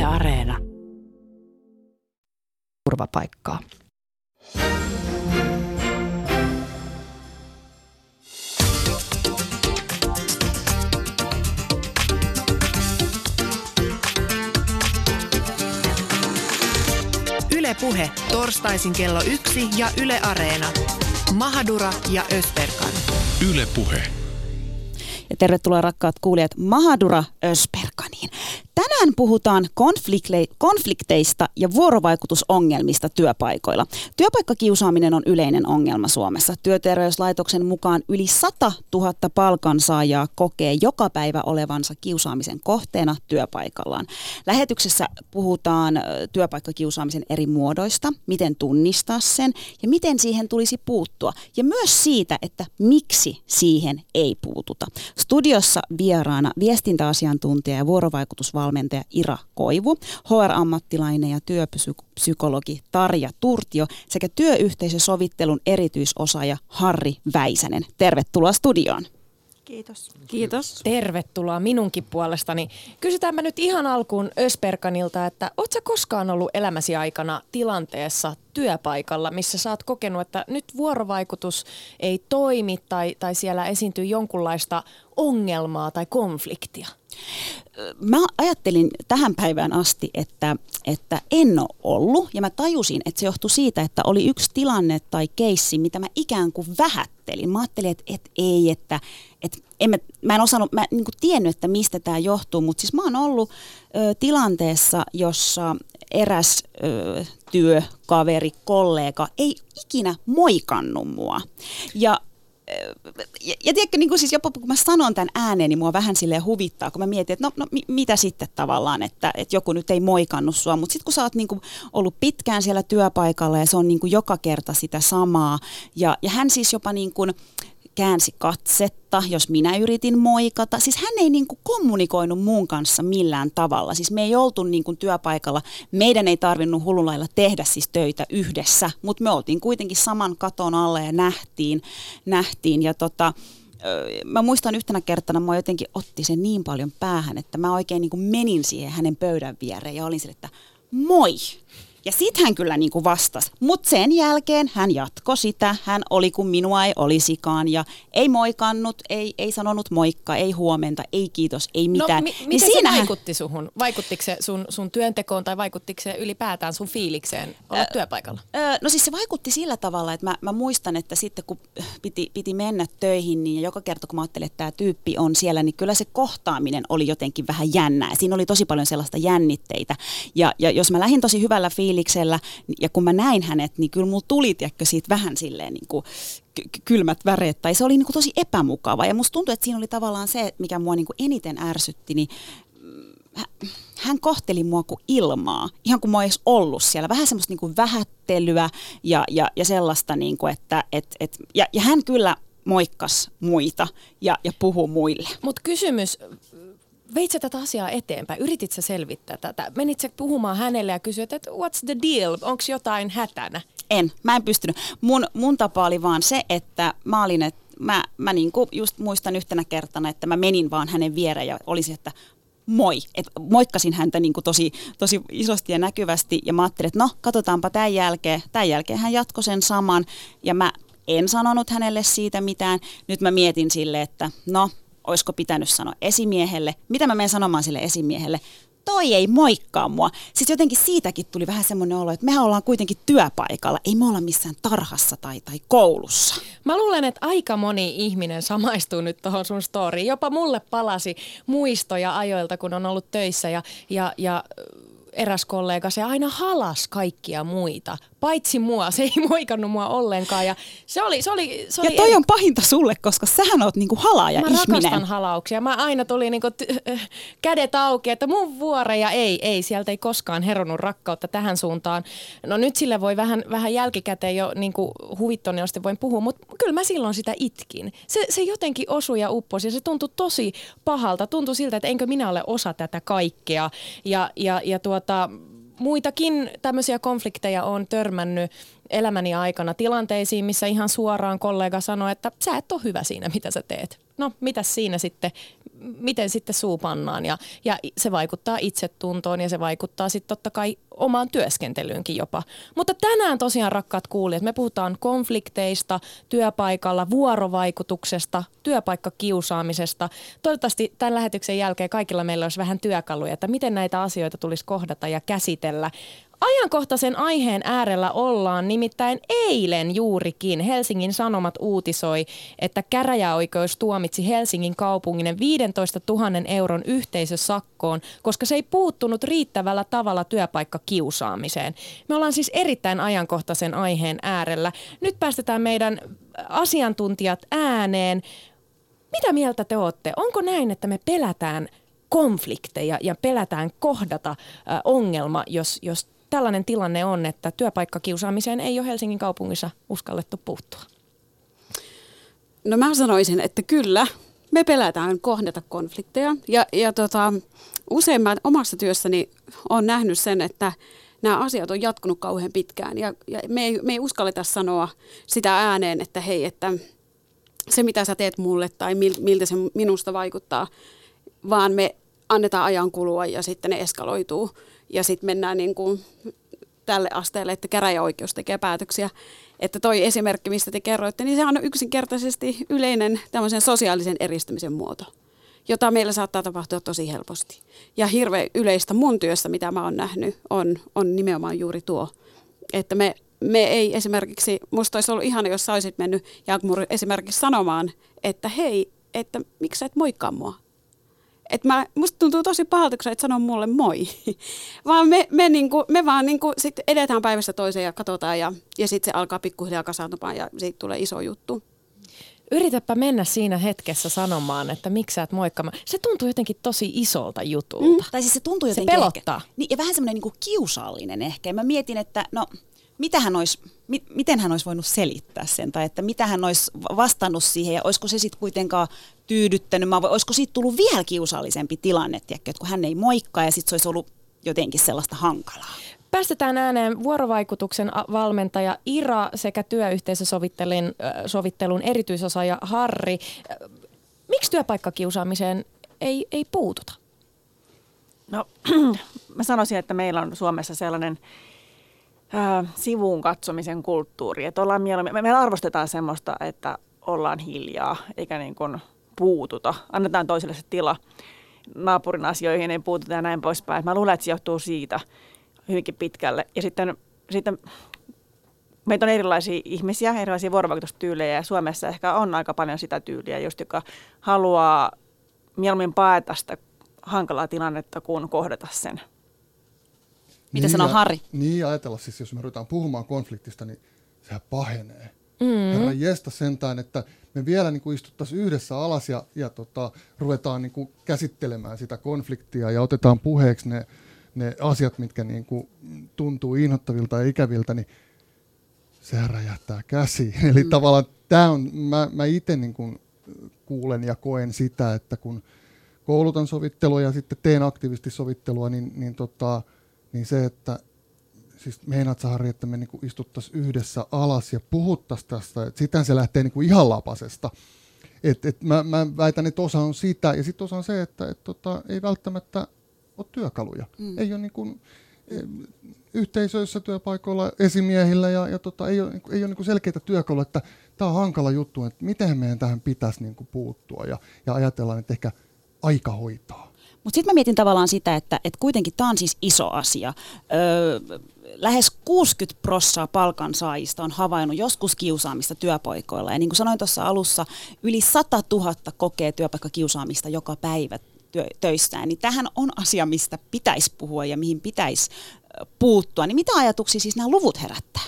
Areena. Turvapaikkaa. Yle Puhe, torstaisin kello 1 ja Yle Areena. Mahadura ja Ösberkan. Yle Puhe. Ja tervetuloa rakkaat kuulijat Mahadura Ösberkaniin. Tänään puhutaan konflikteista ja vuorovaikutusongelmista työpaikoilla. Työpaikkakiusaaminen on yleinen ongelma Suomessa. Työterveyslaitoksen mukaan yli 100 000 palkansaajaa kokee joka päivä olevansa kiusaamisen kohteena työpaikallaan. Lähetyksessä puhutaan työpaikkakiusaamisen eri muodoista, miten tunnistaa sen ja miten siihen tulisi puuttua. Ja myös siitä, että miksi siihen ei puututa. Studiossa vieraana viestintäasiantuntija ja vuorovaikutusvalmentaja Ira Koivu, HR-ammattilainen ja työpsykologi Tarja Turtio sekä työyhteisösovittelun erityisosaaja Harri Väisänen. Tervetuloa studioon. Kiitos. Kiitos. Tervetuloa minunkin puolestani. Kysytäänpä nyt ihan alkuun Ösberkanilta, että ootko sä koskaan ollut elämäsi aikana tilanteessa työpaikalla, missä sä oot kokenut, että nyt vuorovaikutus ei toimi tai siellä esiintyy jonkunlaista ongelmaa tai konfliktia? Mä ajattelin tähän päivään asti, että en ole ollut, ja mä tajusin, että se johtui siitä, että oli yksi tilanne tai keissi, mitä mä ikään kuin vähättelin. Mä ajattelin, että mä en osannut, mä en niin kuin tiennyt, että mistä tämä johtuu, mutta siis mä oon ollut tilanteessa, jossa eräs työkaveri, kollega ei ikinä moikannut mua. Ja tiedätkö, niin kuin siis jopa kun mä sanon tämän ääneen, niin mua vähän silleen huvittaa, kun mä mietin, että mitä sitten tavallaan, että joku nyt ei moikannut sua, mutta sitten kun sä oot niin kuin ollut pitkään siellä työpaikalla ja se on niin kuin joka kerta sitä samaa, ja hän siis jopa niin kuin käänsi katsetta, jos minä yritin moikata. Siis hän ei niin kuin kommunikoinut mun kanssa millään tavalla. Siis me ei oltu niin kuin työpaikalla, meidän ei tarvinnut hullun lailla tehdä siis töitä yhdessä, mutta me oltiin kuitenkin saman katon alla ja nähtiin. Ja mä muistan yhtenä kertana, mä jotenkin otti sen niin paljon päähän, että mä oikein niin kuin menin siihen hänen pöydän viereen ja olin sille, että moi! Ja sit hän kyllä niin kuin vastasi, mutta sen jälkeen hän jatkoi sitä, hän oli kuin minua ei olisikaan ja ei moikannut, ei sanonut moikka, ei huomenta, ei kiitos, ei mitään. No miten se vaikutti suhun? Vaikuttiko se sun työntekoon tai vaikuttiko se ylipäätään sun fiilikseen olla työpaikalla? No siis se vaikutti sillä tavalla, että mä muistan, että sitten kun piti mennä töihin niin ja joka kerta kun mä ajattelin, että tämä tyyppi on siellä, niin kyllä se kohtaaminen oli jotenkin vähän jännää. Siinä oli tosi paljon sellaista jännitteitä ja jos mä lähdin tosi hyvällä fiiliksellä ja kun mä näin hänet, niin kyllä mulla tuli siitä vähän silleen niin kuin kylmät väreet, tai se oli niin kuin tosi epämukava. Ja musta tuntui, että siinä oli tavallaan se, mikä mua niin kuin eniten ärsytti, niin hän kohteli mua kuin ilmaa, ihan kuin mä ois ollut siellä. Vähän semmoista niin kuin vähättelyä ja sellaista, niin kuin, ja hän kyllä moikkasi muita ja puhui muille. Mutta kysymys, veit sä tätä asiaa eteenpäin? Yritit sä selvittää tätä? Menit sä puhumaan hänelle ja kysyit, että what's the deal? Onko jotain hätänä? Mä en pystynyt. Mun tapa oli vaan se, että mä olin, että mä niinku just muistan yhtenä kertana, että mä menin vaan hänen viereen ja olisin, että moi. Et moikkasin häntä niinku tosi isosti ja näkyvästi ja mä ajattelin, että no katsotaanpa tämän jälkeen hän jatkoi sen saman ja mä en sanonut hänelle siitä mitään. Nyt mä mietin silleen, että no olisiko pitänyt sanoa esimiehelle. Mitä mä menen sanomaan sille esimiehelle? Toi ei moikkaa mua. Siis jotenkin siitäkin tuli vähän semmoinen olo, että mehän ollaan kuitenkin työpaikalla. Ei me olla missään tarhassa tai koulussa. Mä luulen, että aika moni ihminen samaistuu nyt tuohon sun storyin. Jopa mulle palasi muistoja ajoilta, kun on ollut töissä ja eräs kollega, se aina halas kaikkia muita, paitsi mua. Se ei moikannut mua ollenkaan ja se oli ja toi on pahinta sulle, koska sähän oot niinku halaaja ihminen. Mä rakastan halauksia. Mä aina tuli niinku kädet auki, että mun vuoreja ei. Sieltä ei koskaan heronnut rakkautta tähän suuntaan. No nyt sille voi vähän jälkikäteen jo niinku huvittuneesti voin puhua, mutta kyllä mä silloin sitä itkin. Se jotenkin osui ja upposi ja se tuntui tosi pahalta. Tuntui siltä, että enkö minä ole osa tätä kaikkea muitakin tämmöisiä konflikteja on törmännyt elämäni aikana tilanteisiin, missä ihan suoraan kollega sanoi, että sä et ole hyvä siinä, mitä sä teet. No, mitäs siinä sitten? miten sitten suu pannaan ja se vaikuttaa itsetuntoon ja se vaikuttaa sitten totta kai omaan työskentelyynkin jopa. Mutta tänään tosiaan rakkaat kuulijat, me puhutaan konflikteista työpaikalla, vuorovaikutuksesta, työpaikkakiusaamisesta. Toivottavasti tämän lähetyksen jälkeen kaikilla meillä olisi vähän työkaluja, että miten näitä asioita tulisi kohdata ja käsitellä. Ajankohtaisen aiheen äärellä ollaan, nimittäin eilen juurikin Helsingin Sanomat uutisoi, että käräjäoikeus tuomitsi Helsingin kaupungin 15 000 euron yhteisösakkoon, koska se ei puuttunut riittävällä tavalla työpaikkakiusaamiseen. Me ollaan siis erittäin ajankohtaisen aiheen äärellä. Nyt päästetään meidän asiantuntijat ääneen. Mitä mieltä te olette? Onko näin, että me pelätään konflikteja ja pelätään kohdata ongelma, jos tällainen tilanne on, että työpaikkakiusaamiseen ei ole Helsingin kaupungissa uskallettu puuttua? No mä sanoisin, että kyllä, me pelätään kohdata konflikteja. Ja usein mä omassa työssäni olen nähnyt sen, että nämä asiat on jatkunut kauhean pitkään. Ja me ei uskalleta sanoa sitä ääneen, että hei, että se mitä sä teet mulle tai miltä se minusta vaikuttaa, vaan me annetaan ajan kulua ja sitten ne eskaloituu. Ja sitten mennään niin kuin tälle asteelle, että käräjäoikeus tekee päätöksiä. Että toi esimerkki, mistä te kerroitte, niin se on yksinkertaisesti yleinen tämmöisen sosiaalisen eristymisen muoto, jota meillä saattaa tapahtua tosi helposti. Ja hirveän yleistä mun työssä, mitä mä oon nähnyt, on nimenomaan juuri tuo, että me ei esimerkiksi, musta olisi ollut ihana, jos sä olisit mennyt Jagmur esimerkiksi sanomaan, että hei, että miksi sä et moikkaa mua? Että musta tuntuu tosi pahalta, kun sä et sano mulle moi. Vaan me vaan sit edetään päivästä toiseen ja katsotaan ja sitten se alkaa pikkuhiljaa kasaantumaan ja siitä tulee iso juttu. Yritäpä mennä siinä hetkessä sanomaan, että miksi sä et moikkaamaan. Se tuntuu jotenkin tosi isolta jutulta. Tai siis se tuntuu jotenkin. Se pelottaa. Niin, ja vähän semmoinen niin kiusallinen ehkä. Ja mä mietin, että no miten hän olisi voinut selittää sen, tai että mitä hän olisi vastannut siihen, ja olisiko se sitten kuitenkaan tyydyttänyt, olisiko siitä tullut vielä kiusallisempi tilanne, että kun hän ei moikkaa, ja sitten se olisi ollut jotenkin sellaista hankalaa. Päästetään ääneen vuorovaikutuksen valmentaja Ira sekä työyhteisösovittelun erityisosaaja Harri. Miksi työpaikkakiusaamiseen ei puututa? No, mä sanoisin, että meillä on Suomessa sellainen sivuun katsomisen kulttuuri. Että me arvostetaan semmoista, että ollaan hiljaa eikä niin kuin puututa. Annetaan toiselle se tila. Naapurin asioihin ei puututa ja näin poispäin. Mä luulen, että se johtuu siitä hyvinkin pitkälle. Ja sitten meitä on erilaisia ihmisiä, erilaisia vuorovaikutustyylejä ja Suomessa ehkä on aika paljon sitä tyyliä, just joka haluaa mieluummin paeta sitä hankalaa tilannetta kuin kohdata sen. Mitä sanoo Harri? Niin, ajatella siis, jos me ruvetaan puhumaan konfliktista, niin sehän pahenee. Herra jesta sentään, että me vielä niin kuin istuttaisiin yhdessä alas ja ruvetaan niin kuin käsittelemään sitä konfliktia ja otetaan puheeksi ne asiat, mitkä niin kuin tuntuu inhottavilta ja ikäviltä, niin sehän räjähtää käsiin. Eli tavallaan tämä on, mä itse niin kuin kuulen ja koen sitä, että kun koulutan sovittelua ja sitten teen aktiivisesti sovittelua, niin se, että siis meinaat sä, Harri, että me niinku istuttaisiin yhdessä alas ja puhuttaisiin tästä, että sitähän se lähtee niinku ihan lapasesta. Mä väitän, että osa on sitä ja sitten osa on se, että ei välttämättä ole työkaluja. Ei ole niinku, yhteisöissä, työpaikoilla, esimiehillä ja ei ole niinku selkeitä työkaluja, että tämä on hankala juttu, että miten meidän tähän pitäisi niinku puuttua ja ajatellaan, että ehkä aika hoitaa. Mutta sitten mä mietin tavallaan sitä, että kuitenkin tämä on siis iso asia. Lähes 60% palkansaajista on havainnut joskus kiusaamista työpaikoilla. Ja niin kuin sanoin tuossa alussa, yli 100 000 kokee työpaikkakiusaamista joka päivä töissään. Niin tämähän on asia, mistä pitäisi puhua ja mihin pitäisi puuttua. Niin mitä ajatuksia siis nämä luvut herättää?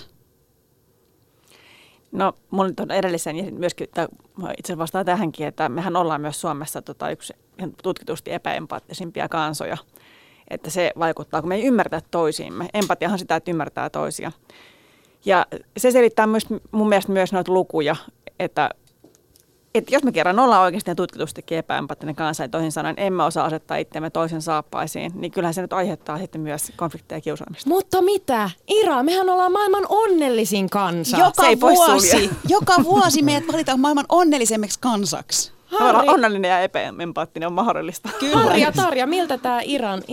No, mun on edellisen ja myöskin itse asiassa vastaan tähänkin, että mehän ollaan myös Suomessa yksi tutkitusti epäempaattisimpia kansoja. Että se vaikuttaa, kun me ei ymmärtää toisiimme. Empatiahan sitä, että ymmärtää toisia. Ja se selittää myös, mun mielestä myös noita lukuja, että jos me kerran ollaan oikeasti tutkitustikin epäempaattinen kansa ja toisin sanoen emme osaa asettaa itseämme toisen saappaisiin, niin kyllähän se nyt aiheuttaa sitten myös konflikteja ja kiusaamista. Mutta mitä? Ira, mehän ollaan maailman onnellisin kansa. Joka vuosi meidät valitaan maailman onnellisemmaksi kansaksi. Harri. Onnellinen ja epäempaattinen on mahdollista. Harri ja Tarja, miltä tämä Iran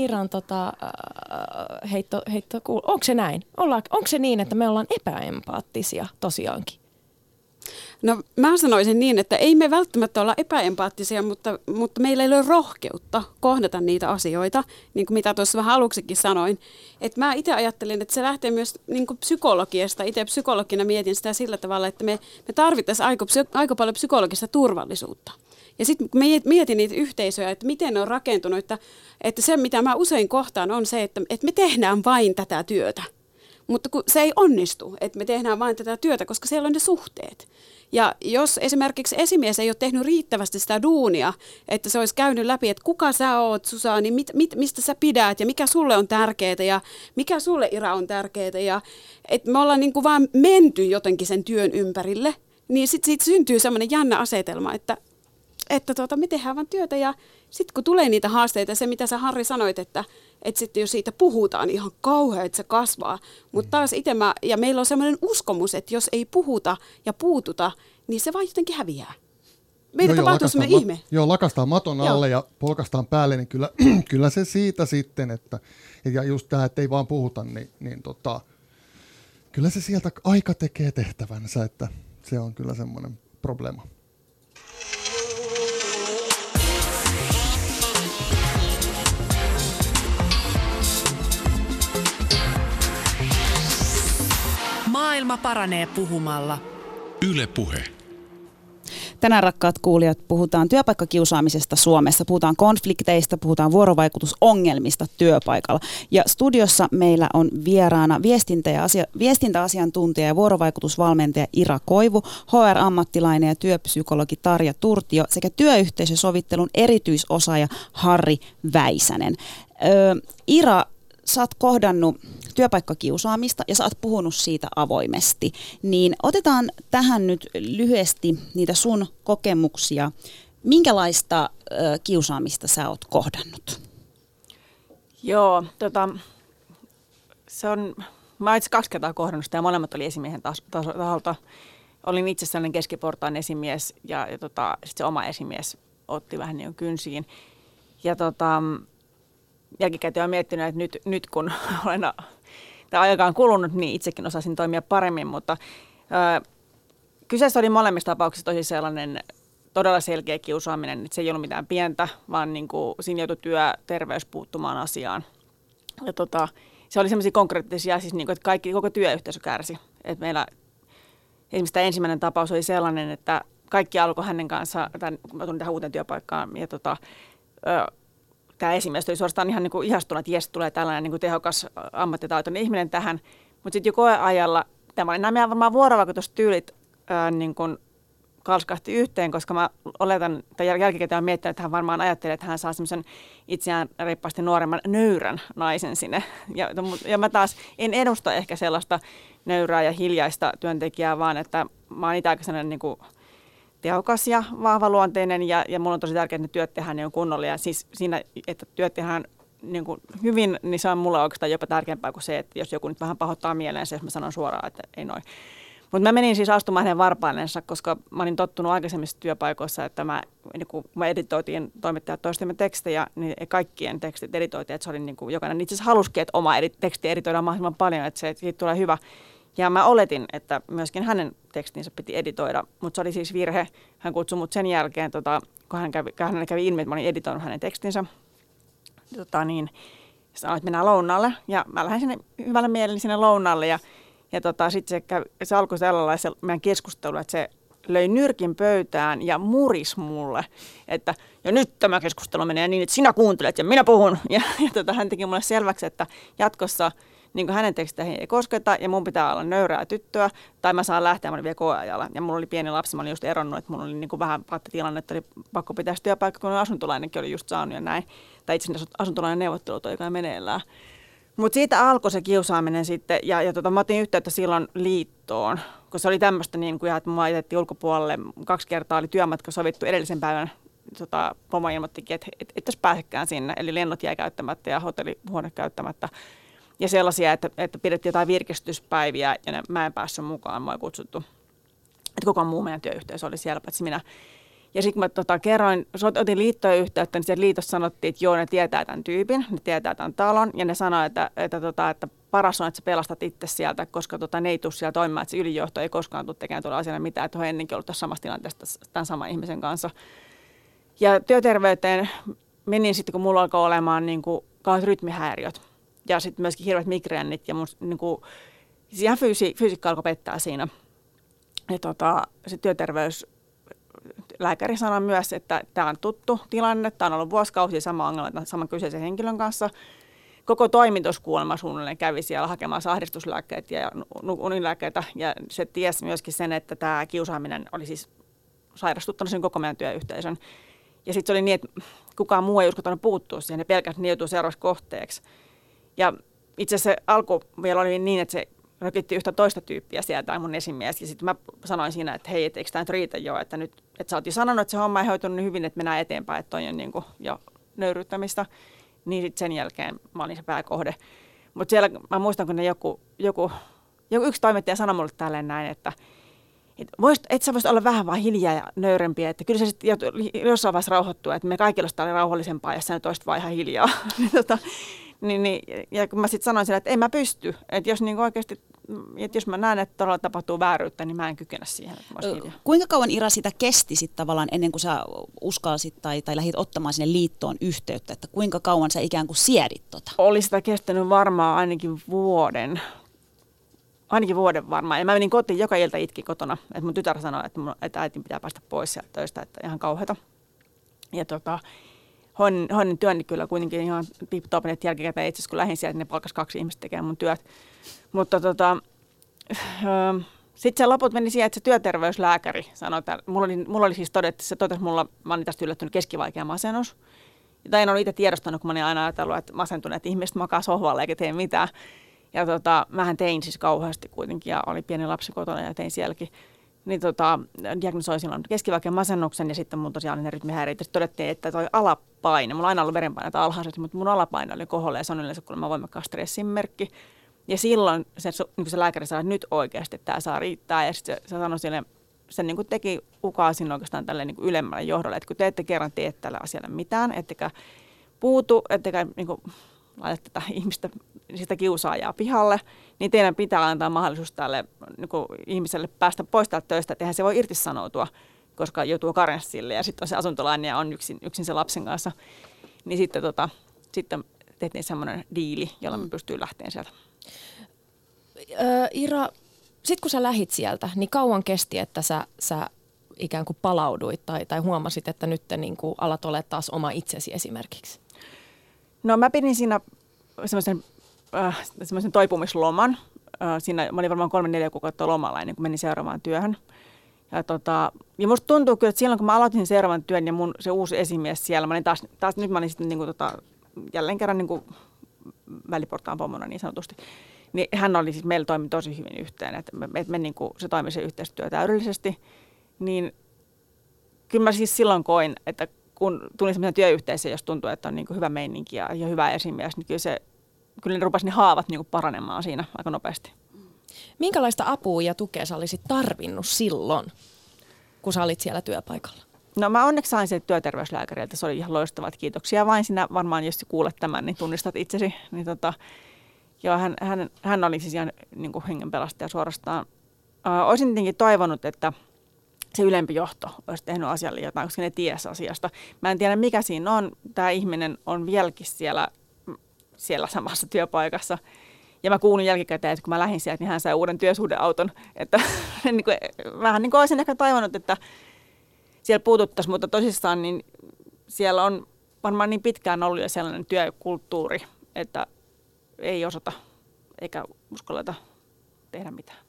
heitto kuuluu? Onko se näin? Onko se niin, että me ollaan epäempaattisia tosiaankin? No mä sanoisin niin, että ei me välttämättä olla epäempaattisia, mutta meillä ei ole rohkeutta kohdata niitä asioita, niin kuin mitä tuossa vähän aluksikin sanoin. Että mä itse ajattelin, että se lähtee myös niin kuin psykologiasta. Itse psykologina mietin sitä sillä tavalla, että me tarvittaisiin aika paljon psykologista turvallisuutta. Ja sitten kun mietin niitä yhteisöjä, että miten ne on rakentunut, että se mitä mä usein kohtaan on se, että me tehdään vain tätä työtä. Mutta kun se ei onnistu, että me tehdään vain tätä työtä, koska siellä on ne suhteet. Ja jos esimerkiksi esimies ei ole tehnyt riittävästi sitä duunia, että se olisi käynyt läpi, että kuka sä oot, Susani, mistä sä pidät ja mikä sulle on tärkeää ja mikä sulle, Ira, on tärkeää. Ja että me ollaan niin kuin vaan menty jotenkin sen työn ympärille, niin sitten siitä syntyy semmoinen jännä asetelma, että me tehdään vaan työtä ja sitten kun tulee niitä haasteita, se mitä sä Harri sanoit, että sitten jos siitä puhutaan ihan kauhean, että se kasvaa. Mutta taas ja meillä on semmoinen uskomus, että jos ei puhuta ja puututa, niin se vaan jotenkin häviää. Meillä tapahtuu semmoinen ihme. Joo, lakastaan maton alle ja polkastaan päälle, niin kyllä se siitä sitten, että ja just tämä, että ei vaan puhuta, niin kyllä se sieltä aika tekee tehtävänsä, että se on kyllä semmoinen probleema. Maailma paranee puhumalla. Yle Puhe. Tänään, rakkaat kuulijat, puhutaan työpaikkakiusaamisesta Suomessa, puhutaan konflikteista, puhutaan vuorovaikutusongelmista työpaikalla. Ja studiossa meillä on vieraana viestintäasiantuntija ja vuorovaikutusvalmentaja Ira Koivu, HR-ammattilainen ja työpsykologi Tarja Turtio sekä työyhteisösovittelun erityisosaaja Harri Väisänen. Ira, sä oot kohdannut työpaikkakiusaamista ja sä oot puhunut siitä avoimesti, niin otetaan tähän nyt lyhyesti niitä sun kokemuksia. Minkälaista kiusaamista sä oot kohdannut? Joo, mä oon itse 2 kertaa kohdannut sitä ja molemmat oli esimiehen taholta. Olin itse sellainen keskiportaan esimies ja sitten se oma esimies otti vähän niin kynsiin. Ja jälkikäteen olen miettinyt, että nyt kun olen tämä aika on kulunut, niin itsekin osasin toimia paremmin, mutta kyseessä oli molemmissa tapauksissa tosi sellainen todella selkeä kiusaaminen, että se ei ollut mitään pientä, vaan niin kuin siinä joutui terveys puuttumaan asiaan. Ja se oli sellaisia konkreettisia, siis niin kuin, että koko työyhteisö kärsi. Että meillä esimerkiksi tämä ensimmäinen tapaus oli sellainen, että kaikki alkoi hänen kanssaan, kun mä tulin tähän uuteen työpaikkaan, ja tämä esimies oli suorastaan ihan niin kuin ihastunut, että jes, tulee tällainen niin kuin tehokas ammattitaitoinen ihminen tähän. Mutta sitten jo koeajalla, nämä meidän varmaan vuorovaikutustyylit niin kuin kalskahti yhteen, koska mä oletan, tai jälkikäteen olen miettinyt, että hän varmaan ajattelee, että hän saa semmoisen itseään reippaasti nuoremman nöyrän naisen sinne. Ja mä taas en edusta ehkä sellaista nöyrää ja hiljaista työntekijää, vaan että mä oon itse aika sellainen niin kuin tehokas ja vahvaluonteinen ja mulla on tosi tärkeää, että ne työt tehdään niin kunnolla. Ja siis siinä, että työt tehdään niin kuin hyvin, niin se on mulle oikeastaan jopa tärkeämpää kuin se, että jos joku nyt vähän pahoittaa mieleensä, jos mä sanon suoraan, että ei noin. Mutta mä menin siis astumaan hänen varpaillensa, koska mä olin tottunut aikaisemmissa työpaikoissa, että kun me editoitiin toimittajat toistemme tekstejä, niin kaikkien tekstit editoitiin, että se oli niin kuin jokainen itse asiassa halusikin, että oma teksti editoidaan mahdollisimman paljon, että siitä tulee hyvä. Ja mä oletin, että myöskin hänen tekstinsä piti editoida, mutta se oli siis virhe. Hän kutsui mut sen jälkeen, kun hän kävi ilmi, että mä olin editoinut hänen tekstinsä, sanoi, että mennään lounaalle. Ja mä lähdin sinne hyvällä mielellä sinne lounaalle ja sitten se alkoi sellainen meidän keskustelu, että se löi nyrkin pöytään ja muris mulle, että ja nyt tämä keskustelu menee niin, että sinä kuuntelet ja minä puhun. Ja hän teki mulle selväksi, että jatkossa niin hänen teksteihin ei kosketa ja mun pitää olla nöyrää tyttöä tai mä saan lähteä, mä olin vielä koeajalla. Ja mulla oli pieni lapsi, mä olin just eronnut, että mulla oli niin kuin vähän pattitilanne, että oli pakko pitää työpaikka, kun asuntolainenkin oli just saanut ja näin. Tai itse asiassa asuntolainen neuvottelut oli kai meneillään. Mutta siitä alkoi se kiusaaminen sitten ja mä otin yhteyttä silloin liittoon, kun se oli tämmöistä, niin kuin, että mua jätettiin ulkopuolelle. 2 kertaa oli työmatka sovittu edellisen päivän. Pomo ilmoittikin, että et jos pääsekään sinne, eli lennot jäi käyttämättä ja hotellihuone käyttämättä. Ja sellaisia, että pidettiin jotain virkistyspäiviä ja mä en päässyt mukaan, mua ei kutsuttu. Että koko muu meidän työyhteisö oli siellä, paitsi minä. Ja sitten kun mä kerroin, otin liittoon yhteyttä, niin sieltä liitossa sanottiin, että joo, ne tietää tämän tyypin, ne tietää tämän talon. Ja ne sanoi, että paras on, että sä pelastat itse sieltä, koska ne ei tule siellä toimimaan, että se ylijohto ei koskaan tule tekemään tuolla asialla mitään. Että he on ennenkin ollut tässä samassa tilanteessa tämän saman ihmisen kanssa. Ja työterveyteen menin sitten, kun mulla alkoi olemaan niin kuin kauheat rytmihäiriöt. Ja sitten myöskin hirveät migräänit ja niin kuin, ihan fysiikka alkoi pettää siinä. Ja se työterveyslääkäri sanoi myös, että tämä on tuttu tilanne, tämä on ollut vuosikausia sama ongelma saman kyseisen henkilön kanssa. Koko toimituskuolema suunnilleen kävi siellä hakemassa ahdistuslääkkeitä ja unilääkkeitä, ja se tiesi myöskin sen, että tämä kiusaaminen oli siis sairastuttanut sen koko meidän työyhteisön. Ja sitten se oli niin, että kukaan muu ei uskaltanut puuttua siihen, ja pelkästään että ne joutuu seuraavaksi kohteeksi. Ja itse asiassa se alku vielä oli niin, että se rökitti yhtä toista tyyppiä sieltä, mun esimies. Ja sitten mä sanoin siinä, että hei, eikö tämä nyt riitä jo, että nyt, että sä oot jo sanonut, että se homma ei hoitunut niin hyvin, että mennään eteenpäin, että toi on niin kuin jo nöyryyttämistä. Niin sitten sen jälkeen mä olin se pääkohde. Mutta siellä mä muistan, kun yksi toimittaja sanoi mulle tälleen näin, että et sä voisit olla vähän vaan hiljaa ja nöyrempiä, että kyllä se sitten jossain vaiheessa rauhoittuu, että me kaikilla oli rauhallisempaa ja sä nyt olisit vaan ihan hiljaa. Ja kun mä sitten sanoin sille, että en mä pysty, että jos niin oikeasti, että jos mä näen, että todella tapahtuu vääryyttä, niin mä en kykene siihen, että mä olisin hiljaa. Kuinka kauan, Ira, sitä kesti sit tavallaan ennen kuin sä uskalsit tai lähdit ottamaan sinne liittoon yhteyttä, että kuinka kauan sä ikään kuin siedit tota? Oli sitä kestänyt varmaan ainakin vuoden varmaan. Ja mä menin kotiin, joka ilta itki kotona, että mun tytär sanoi, että äitin pitää päästä pois sieltä töistä, että ihan kauheata. Ja Honnin työni kyllä kuitenkin ihan tip-top, että jälkikäteen itse asiassa kun lähdin sieltä, ne palkkasi 2 ihmistä tekemään mun työt. Mutta sitten se loput meni siihen, että se työterveyslääkäri sanoi, että mulla oli siis todettu, se totesi mulla, mä olin tästä yllättynyt keskivaikea masennus. Tai en ollut itse tiedostanut, kun mä olin aina ajatellut, että masentuneet ihmiset makaa sohvalle eikä tee mitään. Ja mähän tein siis kauheasti kuitenkin ja oli pieni lapsi kotona ja tein sielläkin. Niin diagnosoin silloin keskivaikean masennuksen ja sitten mun tosiaan ne rytmihäiriöt. Todettiin, että toi alapaine, mulla on aina ollut verenpaineita alhaiset, mutta mun alapaine oli koholla ja se on yleensä kuulemma voimakkaan stressin merkki. Ja silloin se lääkäri sanoi, että nyt oikeasti tämä saa riittää. Ja sitten se sanoi sille, se niin kuin teki ukaasin oikeastaan tälle niin kuin ylemmälle johdolle, että kun te ette kerran tee tälle asialle mitään, ettekä puutu, ettekä niin kuin laita tätä ihmistä, sitä kiusaajaa pihalle, niin teidän pitää antaa mahdollisuus tälle niin kuin ihmiselle päästä pois täältä töistä, että eihän se voi irtisanoutua, koska joutuu karenssille ja sitten on se asuntolainen ja on yksin sen lapsen kanssa. Niin sitten tehtiin semmoinen diili, jolla me pystyy lähteen sieltä. Ira, sitten kun sä lähit sieltä, niin kauan kesti, että sä ikään kuin palauduit tai huomasit, että nyt te niin kuin alat olla taas oma itsesi esimerkiksi? No mä pidin siinä semmoisen toipumisloman. Siinä mä olin varmaan 3-4 kuukautta lomalla ennen kuin menin seuraavaan työhön. Ja musta tuntuu kyllä, että silloin kun mä aloitin seuraavan työn ja mun se uusi esimies siellä, mä olin taas nyt mä olin sitten niin kuin jälleen kerran niin kuin väliportaan pommona niin sanotusti. Niin hän oli siis, meillä toimi tosi hyvin yhteen, että me niin kuin, se toimi se yhteistyö täydellisesti. Niin kyllä mä siis silloin koin, että kun tulin semmoisen työyhteisöön, jos tuntuu, että on niin kuin hyvä meininki ja hyvä esimies, niin kyllä ne rupesi ne haavat niin kuin paranemaan siinä aika nopeasti. Minkälaista apua ja tukea sä olisit tarvinnut silloin, kun sä olit siellä työpaikalla? No mä onneksi sain sieltä työterveyslääkäriltä, se oli ihan loistavat, kiitoksia vain sinä varmaan, jos kuulet tämän, niin tunnistat itsesi. Niin joo, hän oli siis ihan niin kuin hengenpelastaja suorastaan. Olisin tietenkin toivonut, että se ylempi johto olisi tehnyt asialle jotain, koska ne tiesi asiasta. Mä en tiedä, mikä siinä on. Tämä ihminen on vieläkin siellä samassa työpaikassa. Ja mä kuulin jälkikäteen, että kun mä lähdin sieltä, niin hän sai uuden työsuhdeauton. Että vähän niin kuin olisin ehkä toivonut, että siellä puututtaisiin, mutta tosissaan niin siellä on varmaan niin pitkään ollut jo sellainen työkulttuuri, että ei osata eikä uskalleta tehdä mitään.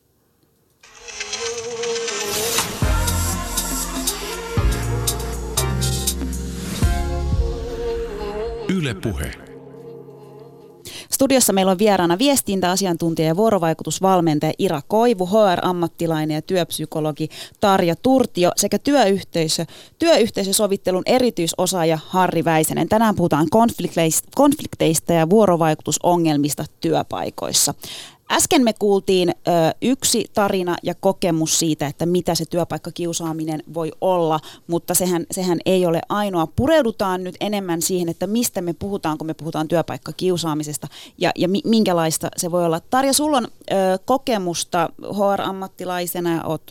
Yle Puhe. Studiossa meillä on vieraana viestintäasiantuntija ja vuorovaikutusvalmentaja Ira Koivu, HR-ammattilainen ja työpsykologi Tarja Turtio sekä työyhteisösovittelun erityisosaaja Harri Väisänen. Tänään puhutaan konflikteista ja vuorovaikutusongelmista työpaikoissa. Äsken me kuultiin yksi tarina ja kokemus siitä, että mitä se työpaikkakiusaaminen voi olla, mutta sehän ei ole ainoa. Pureudutaan nyt enemmän siihen, että mistä me puhutaan, kun me puhutaan työpaikkakiusaamisesta ja minkälaista se voi olla. Tarja, sulla on kokemusta HR-ammattilaisena, oot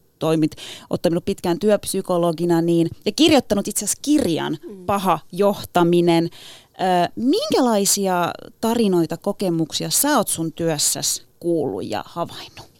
toiminut pitkään työpsykologina ja kirjoittanut itse asiassa kirjan Paha johtaminen. Minkälaisia tarinoita, kokemuksia sä oot sun työssäsi kuullut ja havainnut?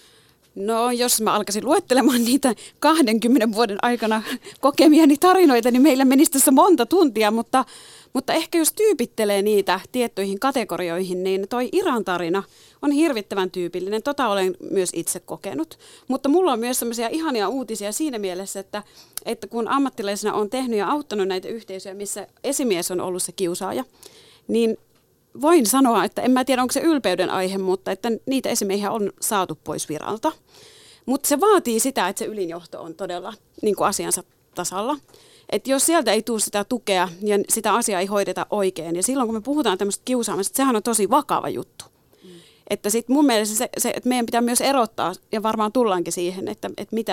No jos mä alkaisin luettelemaan niitä 20 vuoden aikana kokemiani tarinoita, niin meillä menisi tässä monta tuntia, mutta ehkä jos tyypittelee niitä tiettyihin kategorioihin, niin toi Iran tarina on hirvittävän tyypillinen. Tota olen myös itse kokenut, mutta mulla on myös sellaisia ihania uutisia siinä mielessä, että kun ammattilaisena on tehnyt ja auttanut näitä yhteisöjä, missä esimies on ollut se kiusaaja, niin voin sanoa, että en mä tiedä onko se ylpeyden aihe, mutta että niitä esimiehiä on saatu pois viralta. Mutta se vaatii sitä, että se ylinjohto on todella niin kuin asiansa tasalla. Että jos sieltä ei tule sitä tukea ja sitä asiaa ei hoideta oikein, ja silloin kun me puhutaan tämmöistä kiusaamista, sehän on tosi vakava juttu. Että sitten mun mielestä se, että meidän pitää myös erottaa, ja varmaan tullaankin siihen, että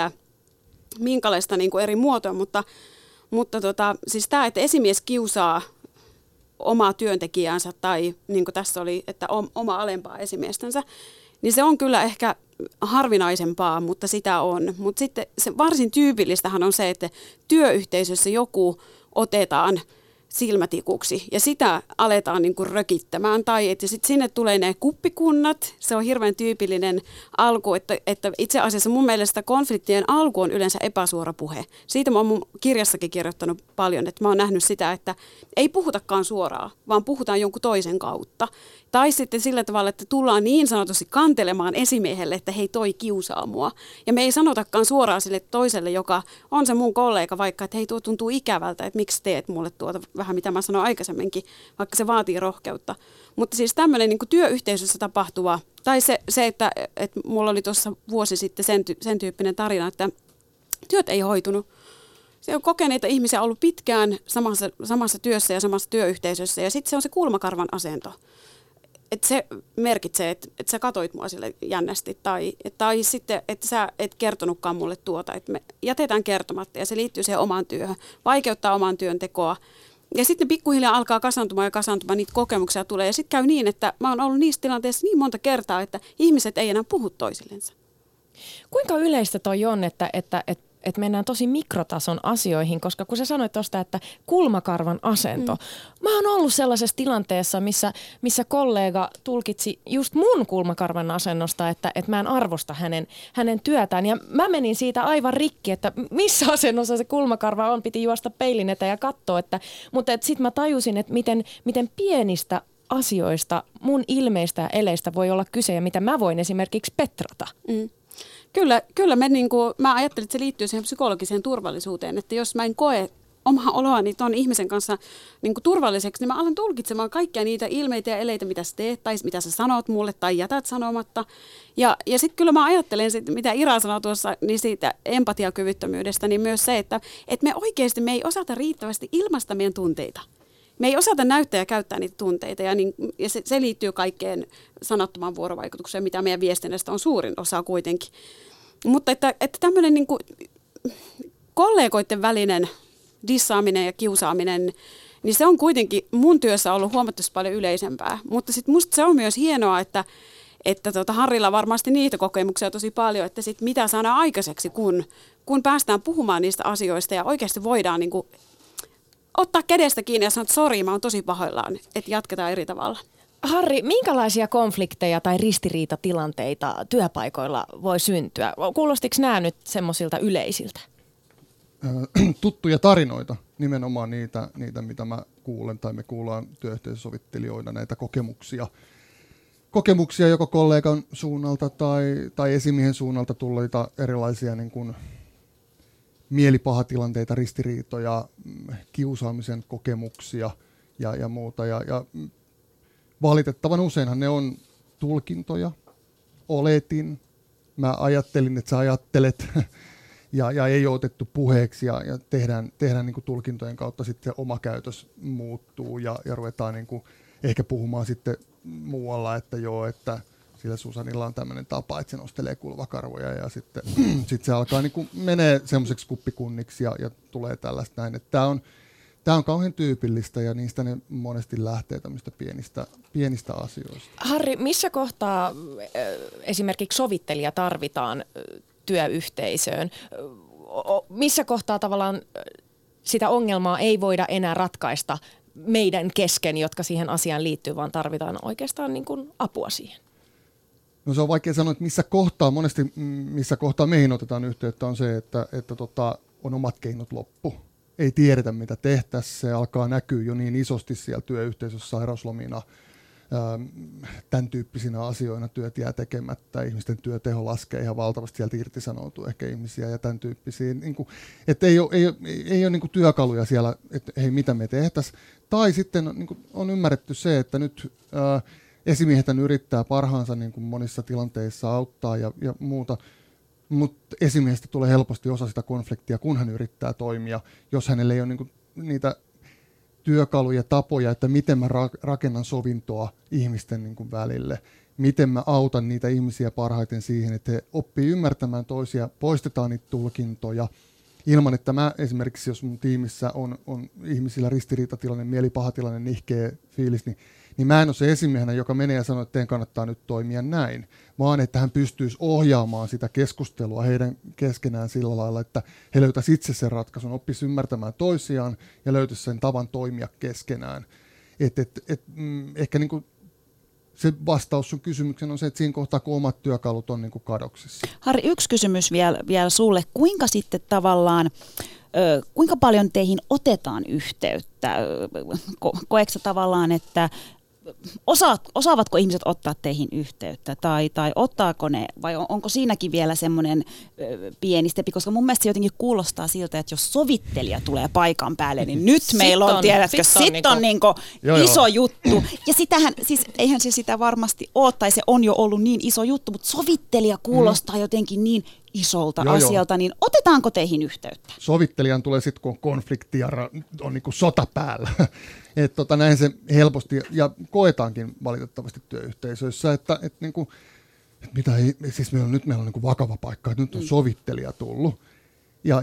minkälaista niin kuin eri muotoa, mutta siis tämä, että esimies kiusaa omaa työntekijäänsä tai niin kuin tässä oli, että oma alempaa esimiestänsä, niin se on kyllä ehkä harvinaisempaa, mutta sitä on. Mutta sitten se varsin tyypillistähän on se, että työyhteisössä joku otetaan silmätikuksi ja sitä aletaan niin kuin rökittämään tai että sitten sinne tulee ne kuppikunnat, se on hirveän tyypillinen alku, että itse asiassa mun mielestä konfliktien alku on yleensä epäsuora puhe. Siitä mä oon mun kirjassakin kirjoittanut paljon, että mä oon nähnyt sitä, että ei puhutakaan suoraan, vaan puhutaan jonkun toisen kautta. Tai sitten sillä tavalla, että tullaan niin sanotusti kantelemaan esimiehelle, että hei toi kiusaa mua. Ja me ei sanotakaan suoraan sille toiselle, joka on se mun kollega vaikka, että hei tuo tuntuu ikävältä, että miksi teet mulle tuota vähän mitä mä sanoin aikaisemminkin, vaikka se vaatii rohkeutta. Mutta siis tämmöinen niin kuin työyhteisössä tapahtuva, tai se että mulla oli tuossa vuosi sitten sen tyyppinen tarina, että työt ei hoitunut. Se on kokeneita ihmisiä ollut pitkään samassa työssä ja samassa työyhteisössä, ja sitten se on se kulmakarvan asento. Että se merkitsee, että sä katoit mua sille jännästi, tai sitten, että sä et kertonutkaan mulle tuota, että me jätetään kertomatta, ja se liittyy siihen omaan työhön, vaikeuttaa oman työn tekoa. Ja sitten pikkuhiljaa alkaa kasaantumaan, niitä kokemuksia tulee, ja sitten käy niin, että mä oon ollut niissä tilanteissa niin monta kertaa, että ihmiset ei enää puhu toisillensa. Kuinka yleistä toi on, että mennään tosi mikrotason asioihin, koska kun sä sanoit tuosta, että kulmakarvan asento. Mä oon ollut sellaisessa tilanteessa, missä kollega tulkitsi just mun kulmakarvan asennosta, että mä en arvosta hänen työtään. Ja mä menin siitä aivan rikki, että missä asennossa se kulmakarva on, piti juosta peilin eteen ja katsoa. Mutta sitten mä tajusin, että miten pienistä asioista mun ilmeistä ja eleistä voi olla kyse ja mitä mä voin esimerkiksi petrata. Kyllä mä ajattelin, että se liittyy siihen psykologiseen turvallisuuteen, että jos mä en koe omaa oloani ton ihmisen kanssa niin kuin turvalliseksi, niin mä alan tulkitsemaan kaikkia niitä ilmeitä ja eleitä, mitä sä teet tai mitä sä sanot mulle tai jätät sanomatta. Ja sitten kyllä mä ajattelen, mitä Ira sanoi tuossa, niin siitä empatiakyvyttömyydestä, niin myös se, että me oikeasti me ei osata riittävästi ilmaista meidän tunteita. Me ei osata näyttää ja käyttää niitä tunteita, ja se liittyy kaikkeen sanattomaan vuorovaikutukseen, mitä meidän viestinnästä on suurin osa kuitenkin. Mutta että tämmöinen niin kuin kollegoiden välinen dissaaminen ja kiusaaminen, niin se on kuitenkin mun työssä ollut huomattavasti paljon yleisempää. Mutta sitten musta se on myös hienoa, että Harrilla varmasti niitä kokemuksia tosi paljon, että sit mitä saadaan aikaiseksi, kun päästään puhumaan niistä asioista ja oikeasti voidaan niin kuin ottaa kädestä kiinni ja sanoa, että sori, mä oon tosi pahoillaan, että jatketaan eri tavalla. Harri, minkälaisia konflikteja tai ristiriitatilanteita työpaikoilla voi syntyä? Kuulostiko nämä nyt semmoisilta yleisiltä? Tuttuja tarinoita, nimenomaan niitä, mitä mä kuulen tai me kuullaan työyhteisösovittelijoina, näitä kokemuksia joko kollegan suunnalta tai esimiehen suunnalta tulleita erilaisia niin kuin mielipahatilanteita, ristiriitoja, kiusaamisen kokemuksia ja muuta. Ja valitettavan useinhan ne on tulkintoja, oletin, mä ajattelin, että sä ajattelet, ja ei ole otettu puheeksi, ja tehdään niin kuin tulkintojen kautta sitten se oma käytös muuttuu, ja ruvetaan niin kuin ehkä puhumaan sitten muualla, että joo, että sillä Susanilla on tämmöinen tapa, että se nostelee kulvakarvoja ja sitten sit se alkaa niin kuin menee semmoiseksi kuppikunniksi ja tulee tällaista näin. Tämä on kauhean tyypillistä ja niistä ne monesti lähtee tämmöistä pienistä asioista. Harri, missä kohtaa esimerkiksi sovittelija tarvitaan työyhteisöön? Missä kohtaa tavallaan sitä ongelmaa ei voida enää ratkaista meidän kesken, jotka siihen asiaan liittyy, vaan tarvitaan oikeastaan niin kuin apua siihen? No se on vaikea sanoa, että missä kohtaa meihin otetaan yhteyttä on se, että on omat keinot loppu. Ei tiedetä, mitä tehtäisiin. Se alkaa näkyä jo niin isosti siellä työyhteisössä, sairauslomina, tämän tyyppisinä asioina. Työt jää tekemättä, ihmisten työteho laskee ihan valtavasti, sieltä irtisanoutuu ehkä ihmisiä ja tämän tyyppisiä. Että ei ole niin kuin työkaluja siellä, että hei, mitä me tehtäisiin. Tai sitten on ymmärretty se, että nyt esimiehet yrittää parhaansa niin kuin monissa tilanteissa auttaa ja muuta. Mutta esimiehestä tulee helposti osa sitä konfliktia, kun hän yrittää toimia, jos hänellä ei ole niinku niitä työkaluja, tapoja, että miten mä rakennan sovintoa ihmisten niinku välille, miten mä autan niitä ihmisiä parhaiten siihen, että he oppii ymmärtämään toisia, poistetaan niitä tulkintoja, ilman että mä esimerkiksi, jos mun tiimissä on ihmisillä ristiriitatilanne, mielipahatilanne, nihkeä fiilis, niin mä en ole se esimiehenä, joka menee ja sanoo, että teidän kannattaa nyt toimia näin, vaan että hän pystyisi ohjaamaan sitä keskustelua heidän keskenään sillä lailla, että he löytäisivät itse sen ratkaisun, oppisivat ymmärtämään toisiaan ja löytäisivät sen tavan toimia keskenään. Ehkä niin kuin se vastaus sun kysymykseen on se, että siinä kohtaa, kun omat työkalut on niin kuin kadoksissa. Harri, yksi kysymys vielä sulle. Kuinka sitten tavallaan, kuinka paljon teihin otetaan yhteyttä? Koetko tavallaan, että osaavatko ihmiset ottaa teihin yhteyttä tai ottaako ne, vai onko siinäkin vielä semmoinen pieni steppi, koska mun mielestä se jotenkin kuulostaa siltä, että jos sovittelija tulee paikan päälle, niin nyt meillä on, tiedätkö, sit on niinku iso juttu. Ja sitähän, siis eihän se sitä varmasti ole, tai se on jo ollut niin iso juttu, mutta sovittelija kuulostaa jotenkin niin isolta asialta, niin otetaanko teihin yhteyttä? Sovittelijan tulee sitten, kun on konflikti ja on niinku sota päällä. Että näin se helposti, ja koetaankin valitettavasti työyhteisöissä, että siis meillä on niinku vakava paikka, että nyt on sovittelija tullut. Ja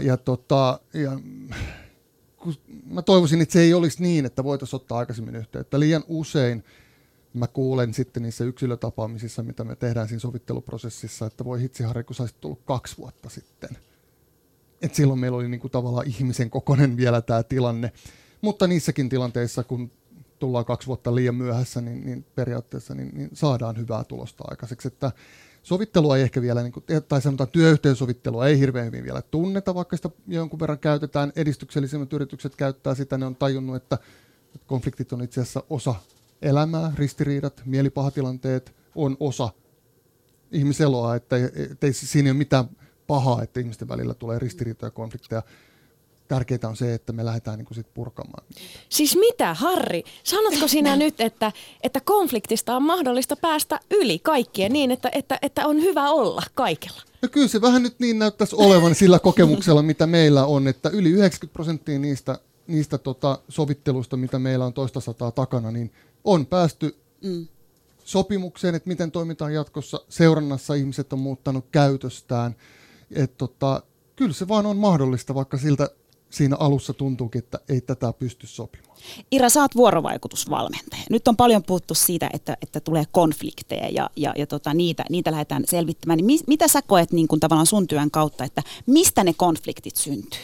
mä toivoisin, että se ei olisi niin, että voitaisiin ottaa aikaisemmin yhteyttä. Liian usein mä kuulen sitten niissä yksilötapaamisissa, mitä me tehdään siinä sovitteluprosessissa, että voi hitsi Harri, kun sä olisit tullut 2 vuotta sitten. Et silloin meillä oli niinku tavallaan ihmisen kokoinen vielä tämä tilanne. Mutta niissäkin tilanteissa, kun tullaan 2 vuotta liian myöhässä, niin periaatteessa niin saadaan hyvää tulosta aikaiseksi. Että sovittelua ei ehkä vielä, tai sanotaan työyhteensovittelua ei hirveän hyvin vielä tunneta, vaikka sitä jonkun verran käytetään. Edistyksellisimmät yritykset käyttää sitä, ne on tajunnut, että konfliktit on itse asiassa osa elämää, ristiriidat, mielipahatilanteet on osa ihmiseloa, että siinä ei ole mitään pahaa, että ihmisten välillä tulee ristiriitoja ja konflikteja. Tärkeintä on se, että me lähdetään niin kuin sit purkamaan. Siis mitä, Harri? Sanotko sinä nyt, että konfliktista on mahdollista päästä yli kaikkien niin, että on hyvä olla kaikilla? No kyllä se vähän nyt niin näyttäisi olevan sillä kokemuksella, mitä meillä on, että yli 90% niistä sovitteluista, mitä meillä on 200 takana, niin on päästy sopimukseen, että miten toimitaan jatkossa. Seurannassa ihmiset on muuttanut käytöstään. Kyllä se vaan on mahdollista, vaikka siltä siinä alussa tuntuukin, että ei tätä pysty sopimaan. Ira, sä oot vuorovaikutusvalmentaja. Nyt on paljon puhuttu siitä, että tulee konflikteja ja niitä lähdetään selvittämään. Niin mitä sä koet niin kun tavallaan sun työn kautta, että mistä ne konfliktit syntyy?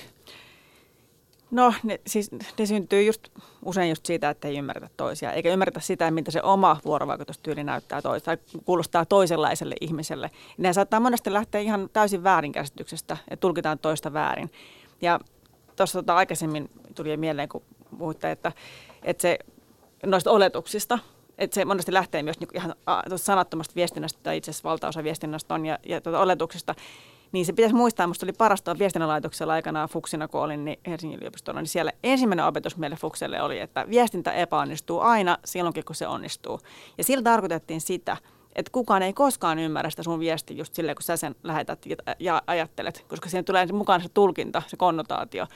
No ne syntyy usein just siitä, että ei ymmärretä toisia, eikä ymmärretä sitä, mitä se oma vuorovaikutustyyli näyttää tai kuulostaa toisenlaiselle ihmiselle. Ne saattaa monesti lähteä ihan täysin väärinkäsityksestä, että tulkitaan toista väärin. Ja tuossa aikaisemmin tuli mieleen, kun puhutte, että se noista oletuksista, että se monesti lähtee myös ihan sanattomasta viestinnästä, tai itse asiassa valtaosa viestinnästä on, ja oletuksista. Niin se pitäisi muistaa, minusta oli parasta viestinnänlaitoksella aikanaan Fuksina, kun olin Helsingin yliopistolla, niin siellä ensimmäinen opetus meille Fukselle oli, että viestintä epäonnistuu aina silloinkin, kun se onnistuu. Ja sillä tarkoitettiin sitä, että kukaan ei koskaan ymmärrä sitä sun viestiä just silleen, kun sä sen lähetät ja ajattelet, koska siinä tulee mukaan se tulkinta, se konnotaatio.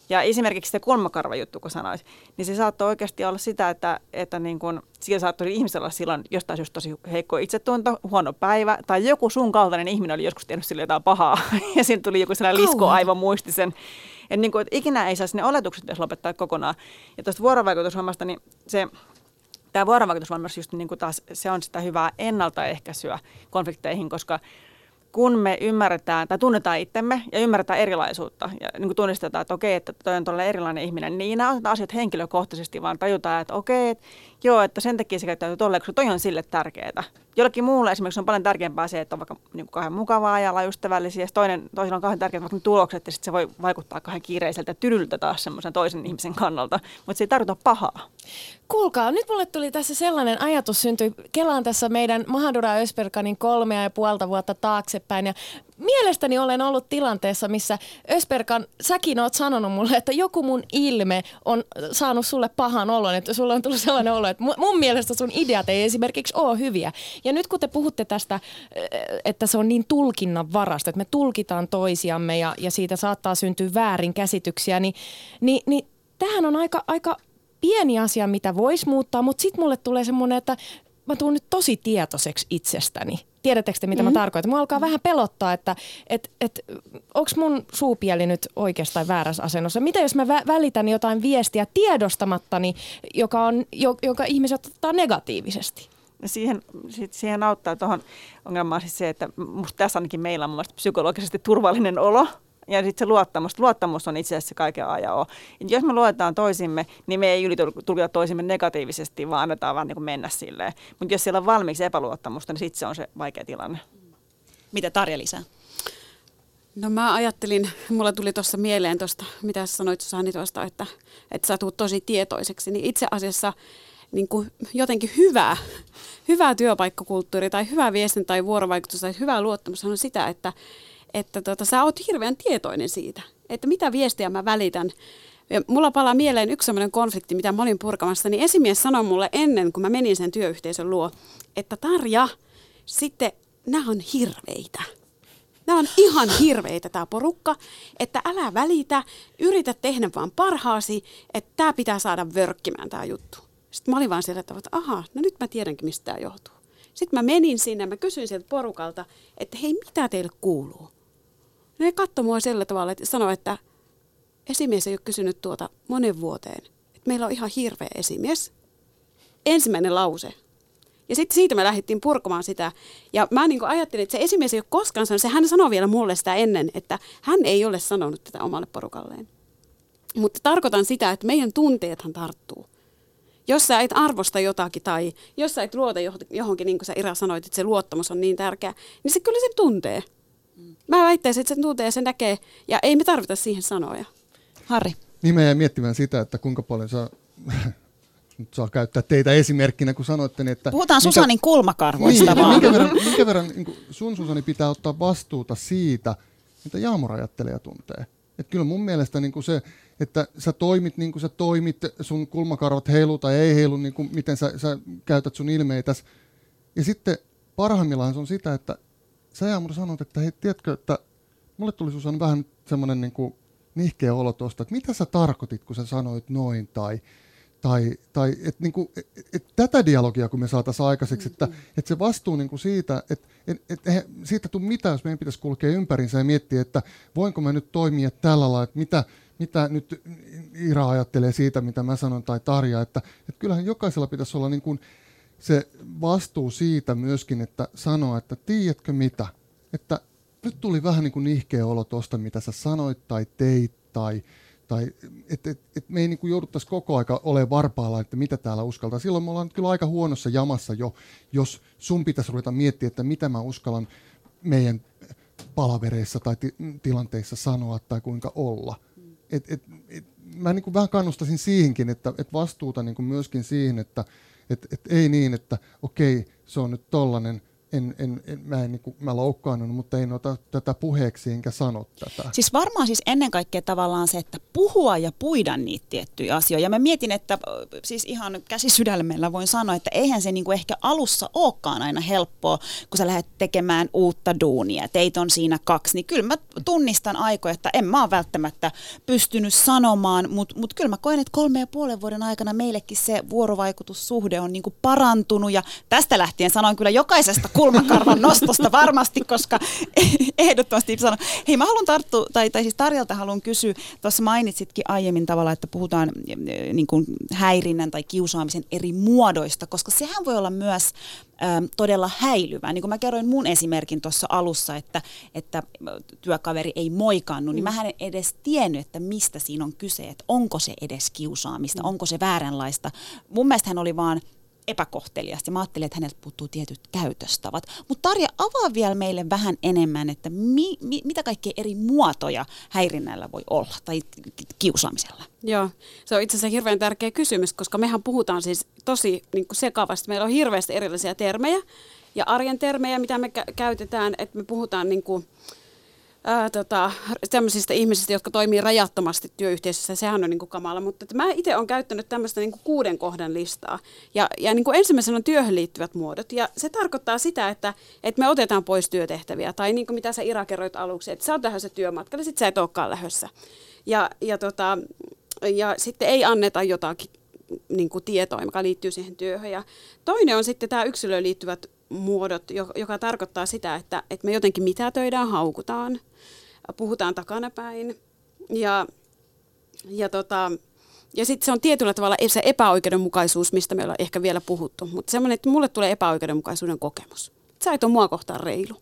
Ja esimerkiksi se kulmakarvajuttu, kun sanoit, niin se saattoi oikeasti olla sitä, että niin kun, siellä saattoi ihmisellä olla silloin jostain syystä tosi heikko itsetunto, huono päivä, tai joku sun kaltainen ihminen oli joskus tehnyt sille jotain pahaa, ja siinä tuli joku sellainen liskoaivomuistisen. Että niin et ikinä ei saisi ne oletukset edes lopettaa kokonaan. Ja tuosta vuorovaikutushommasta, niin tämä vuorovaikutushommassa just niin kuin taas, se on sitä hyvää ennaltaehkäisyä konflikteihin, koska kun me ymmärretään tai tunnetaan itsemme ja ymmärretään erilaisuutta ja niin kuin tunnistetaan, että okei, että toi on todella erilainen ihminen, niin nämä otetaan asiat henkilökohtaisesti, vaan tajutaan, että okei, että sen takia se käyttäytyy tolleen, koska toi on sille tärkeää. Jollekin muulle esimerkiksi on paljon tärkeämpää se, että on vaikka niin kauhean mukavaa ja ystävällisiä, ja toisilla on kauhean tärkeää vaikka ne tulokset, ja sitten se voi vaikuttaa kauhean kiireiseltä ja tylyltä taas semmoisen toisen ihmisen kannalta, mutta se ei tarkoita pahaa. Kuulkaa, nyt mulle tuli tässä sellainen ajatus syntyi. Kelaan tässä meidän Mahadura Özberkanin 3,5 vuotta taaksepäin, ja mielestäni olen ollut tilanteessa, missä Özberkan, säkin oot sanonut mulle, että joku mun ilme on saanut sulle pahan olon, että sulle on tullut sellainen olo, että mun mielestä sun ideat ei esimerkiksi ole hyviä. Ja nyt kun te puhutte tästä, että se on niin tulkinnan varasta, että me tulkitaan toisiamme ja siitä saattaa syntyä väärinkäsityksiä, niin tämähän on aika pieni asia, mitä voisi muuttaa, mutta sitten mulle tulee semmoinen, että mä tuun nyt tosi tietoiseksi itsestäni. Tiedättekö te, mitä mä tarkoitan? Mua alkaa vähän pelottaa, että onko mun suupieli nyt oikeastaan väärässä asennossa? Mitä jos mä välitän jotain viestiä tiedostamattani, joka ihmiset ottaa negatiivisesti? Siihen auttaa tuohon ongelmaan siis se, että musta tässä ainakin meillä on mun mielestä psykologisesti turvallinen olo. Ja sitten se luottamus. Luottamus on itse asiassa se kaiken ajan. Jos me luotetaan toisimme, niin me ei tulkita toisimme negatiivisesti, vaan annetaan vaan niin kuin mennä silleen. Mutta jos siellä on valmiiksi epäluottamusta, niin sitten se on se vaikea tilanne. Mitä Tarja lisää? No mä ajattelin, mulla tuli tuossa mieleen tuosta, mitä sä sanoit Susanni tuosta, että sä tuut tosi tietoiseksi, niin itse asiassa niin kuin jotenkin hyvä työpaikkakulttuuri tai hyvä viestintä tai vuorovaikutus tai hyvä luottamus on sitä, että sä oot hirveän tietoinen siitä, että mitä viestiä mä välitän. Ja mulla palaa mieleen yksi sellainen konflikti, mitä mä olin purkamassa, niin esimies sanoi mulle ennen, kun mä menin sen työyhteisön luo, että Tarja, sitten nämä on hirveitä. Nämä on ihan hirveitä tämä porukka, että älä välitä, yritä tehdä vaan parhaasi, että tämä pitää saada vörkkimään tämä juttu. Sitten mä olin vaan sillä tavalla, että aha, no nyt mä tiedänkin, mistä tämä johtuu. Sitten mä menin sinne, mä kysyin sieltä porukalta, että hei, mitä teille kuuluu? Ne katsoi mua sillä tavalla, että sanoi, että esimies ei ole kysynyt tuota monen vuoteen. Että meillä on ihan hirveä esimies. Ensimmäinen lause. Ja sitten siitä me lähdettiin purkamaan sitä. Ja mä niin kuin ajattelin, että se esimies ei ole koskaan sanonut, hän sanoi vielä mulle sitä ennen, että hän ei ole sanonut tätä omalle porukalleen. Mutta tarkoitan sitä, että meidän tunteethan tarttuu. Jos sä et arvosta jotakin tai jos sä et luota johonkin, niin kuin sä Ira sanoit, että se luottamus on niin tärkeä, niin se kyllä se tuntee. Mä väittäisin, että se tuntee ja se näkee ja ei me tarvita siihen sanoja. Harri. Niin mä jäin miettimään sitä, että kuinka paljon nyt saa käyttää teitä esimerkkinä, kun sanoitte, että... Puhutaan Susanin kulmakarvoista vaan. Minkä verran niin sun Susani pitää ottaa vastuuta siitä, mitä Jaamur ajattelee ja tuntee. Että kyllä mun mielestä niin kuin se, että sä toimit niin kuin sä toimit, sun kulmakarvat heiluu tai ei heilu, niin kuin miten sä käytät sun ilmeitäs. Ja sitten parhaimmillaan se on sitä, että sä Jaamur sanot, että hei, tiedätkö, että mulle tuli Susan vähän semmoinen niin kuin nihkeä olo tuosta, että mitä sä tarkoitit, kun sä sanoit noin, tai että niinku, tätä dialogia, kun me saataisiin aikaiseksi, että se vastuu niinku siitä, että siitä tule mitään, jos meidän pitäisi kulkea ympärinsä ja miettiä, että voinko mä nyt toimia tällä lailla, että mitä nyt Ira ajattelee siitä, mitä mä sanon, tai Tarja, että kyllähän jokaisella pitäisi olla niinku se vastuu siitä myöskin, että sanoa, että tiedätkö mitä, että nyt tuli vähän niin kuin nihkeä olo tuosta, mitä sä sanoit tai teit, tai että me ei niin kuin jouduttaisi koko aika olemaan varpaalla, että mitä täällä uskaltaa. Silloin me ollaan kyllä aika huonossa jamassa jo, jos sun pitäisi ruveta miettiä, että mitä mä uskallan meidän palavereissa tai tilanteissa sanoa tai kuinka olla. Mä niin kuin vähän kannustaisin siihenkin, että vastuuta niin kuin myöskin siihen, että ei niin, että okei, se on nyt tollainen, mä loukkaannut, mutta en ota tätä puheeksi enkä sano tätä. Siis varmaan siis ennen kaikkea tavallaan se, että puhua ja puida niitä tiettyjä asioita. Ja mä mietin, että siis ihan käsi sydämellä voin sanoa, että eihän se niinku ehkä alussa olekaan aina helppoa, kun sä lähdet tekemään uutta duunia. Teitä on siinä 2, niin kyllä mä tunnistan aikoja, että en mä ole välttämättä pystynyt sanomaan, mutta kyllä mä koen, että 3,5 vuoden aikana meillekin se vuorovaikutussuhde on niinku parantunut ja tästä lähtien sanoin kyllä jokaisesta kulmakarvan nostosta varmasti, koska ehdottomasti sanon. Hei, mä haluan tarttua, tai siis Tarjalta haluan kysyä, tuossa mainitsitkin aiemmin tavalla, että puhutaan niin kuin häirinnän tai kiusaamisen eri muodoista, koska sehän voi olla myös todella häilyvää. Niin kuin mä kerroin mun esimerkin tuossa alussa, että työkaveri ei moikannut, niin mähän en edes tiennyt, että mistä siinä on kyse, että onko se edes kiusaamista, onko se vääränlaista. Mun mielestä hän oli vaan epäkohteliasta. Mä ajattelin, että häneltä puuttuu tietyt käytöstavat. Mutta Tarja, avaa vielä meille vähän enemmän, että mitä kaikkea eri muotoja häirinnällä voi olla tai kiusaamisella? Joo, se on itse asiassa hirveän tärkeä kysymys, koska mehän puhutaan siis tosi niin kuin sekavasti. Meillä on hirveästi erilaisia termejä ja arjen termejä, mitä me käytetään, että me puhutaan niin kuin tämmöisistä ihmisistä, jotka toimii rajattomasti työyhteisössä, sehän on niin kuin kamala, mutta mä itse olen käyttänyt tämmöistä niin kuin 6 kohdan listaa. Ja niin kuin ensimmäisenä on työhön liittyvät muodot, ja se tarkoittaa sitä, että me otetaan pois työtehtäviä, tai niin kuin mitä sä Ira kerroit aluksi, että sä oot lähdössä työmatkalle, sit sä et olekaan lähdössä. Ja sitten ei anneta jotakin niin kuin tietoa, joka liittyy siihen työhön. Ja toinen on sitten tämä yksilöön liittyvät muodot, joka tarkoittaa sitä, että me jotenkin mitätöidään, haukutaan, puhutaan takanapäin ja sitten se on tietyllä tavalla se epäoikeudenmukaisuus, mistä me ollaan ehkä vielä puhuttu, mutta semmoinen, että mulle tulee epäoikeudenmukaisuuden kokemus. Sä et ole mua kohtaan reilu.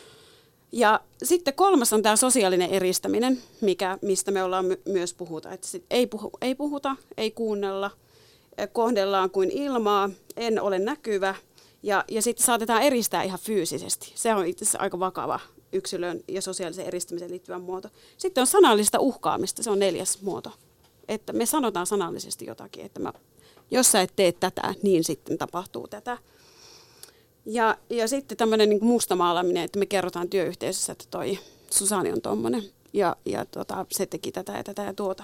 Ja sitten 3 on tämä sosiaalinen eristäminen, mistä me ollaan myös puhuta. Että ei puhuta, ei kuunnella, kohdellaan kuin ilmaa, en ole näkyvä. Ja sitten saatetaan eristää ihan fyysisesti. Se on itse asiassa aika vakava yksilön ja sosiaalisen eristämiseen liittyvä muoto. Sitten on sanallista uhkaamista, se on 4. muoto. Että me sanotaan sanallisesti jotakin, että jos sä et tee tätä, niin sitten tapahtuu tätä. Ja sitten tämmöinen niin kuin mustamaalaaminen, että me kerrotaan työyhteisössä, että toi Susani on tommonen ja se teki tätä ja tätä ja tuota.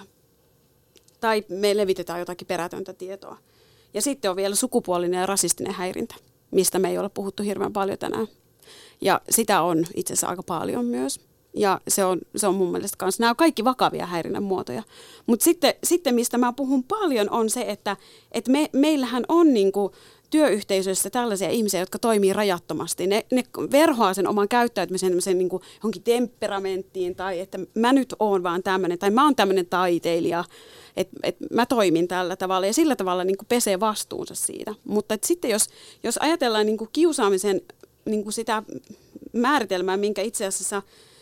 Tai me levitetään jotakin perätöntä tietoa. Ja sitten on vielä sukupuolinen ja rasistinen häirintä, mistä me ei ole puhuttu hirveän paljon tänään. Ja sitä on itse asiassa aika paljon myös. Ja se on mun mielestä kanssa. Nämä on kaikki vakavia häirinnän muotoja. Mutta sitten mistä mä puhun paljon on se, että meillähän on niinku työyhteisössä tällaisia ihmisiä, jotka toimii rajattomasti. Ne verhoaa sen oman käyttäytymisen niinku johonkin temperamenttiin tai että mä nyt oon vaan tämmöinen tai mä oon tämmöinen taiteilija. Että mä toimin tällä tavalla ja sillä tavalla niin kuin pesee vastuunsa siitä. Mutta sitten jos ajatellaan niin kuin kiusaamisen niin kuin sitä määritelmää, minkä itse asiassa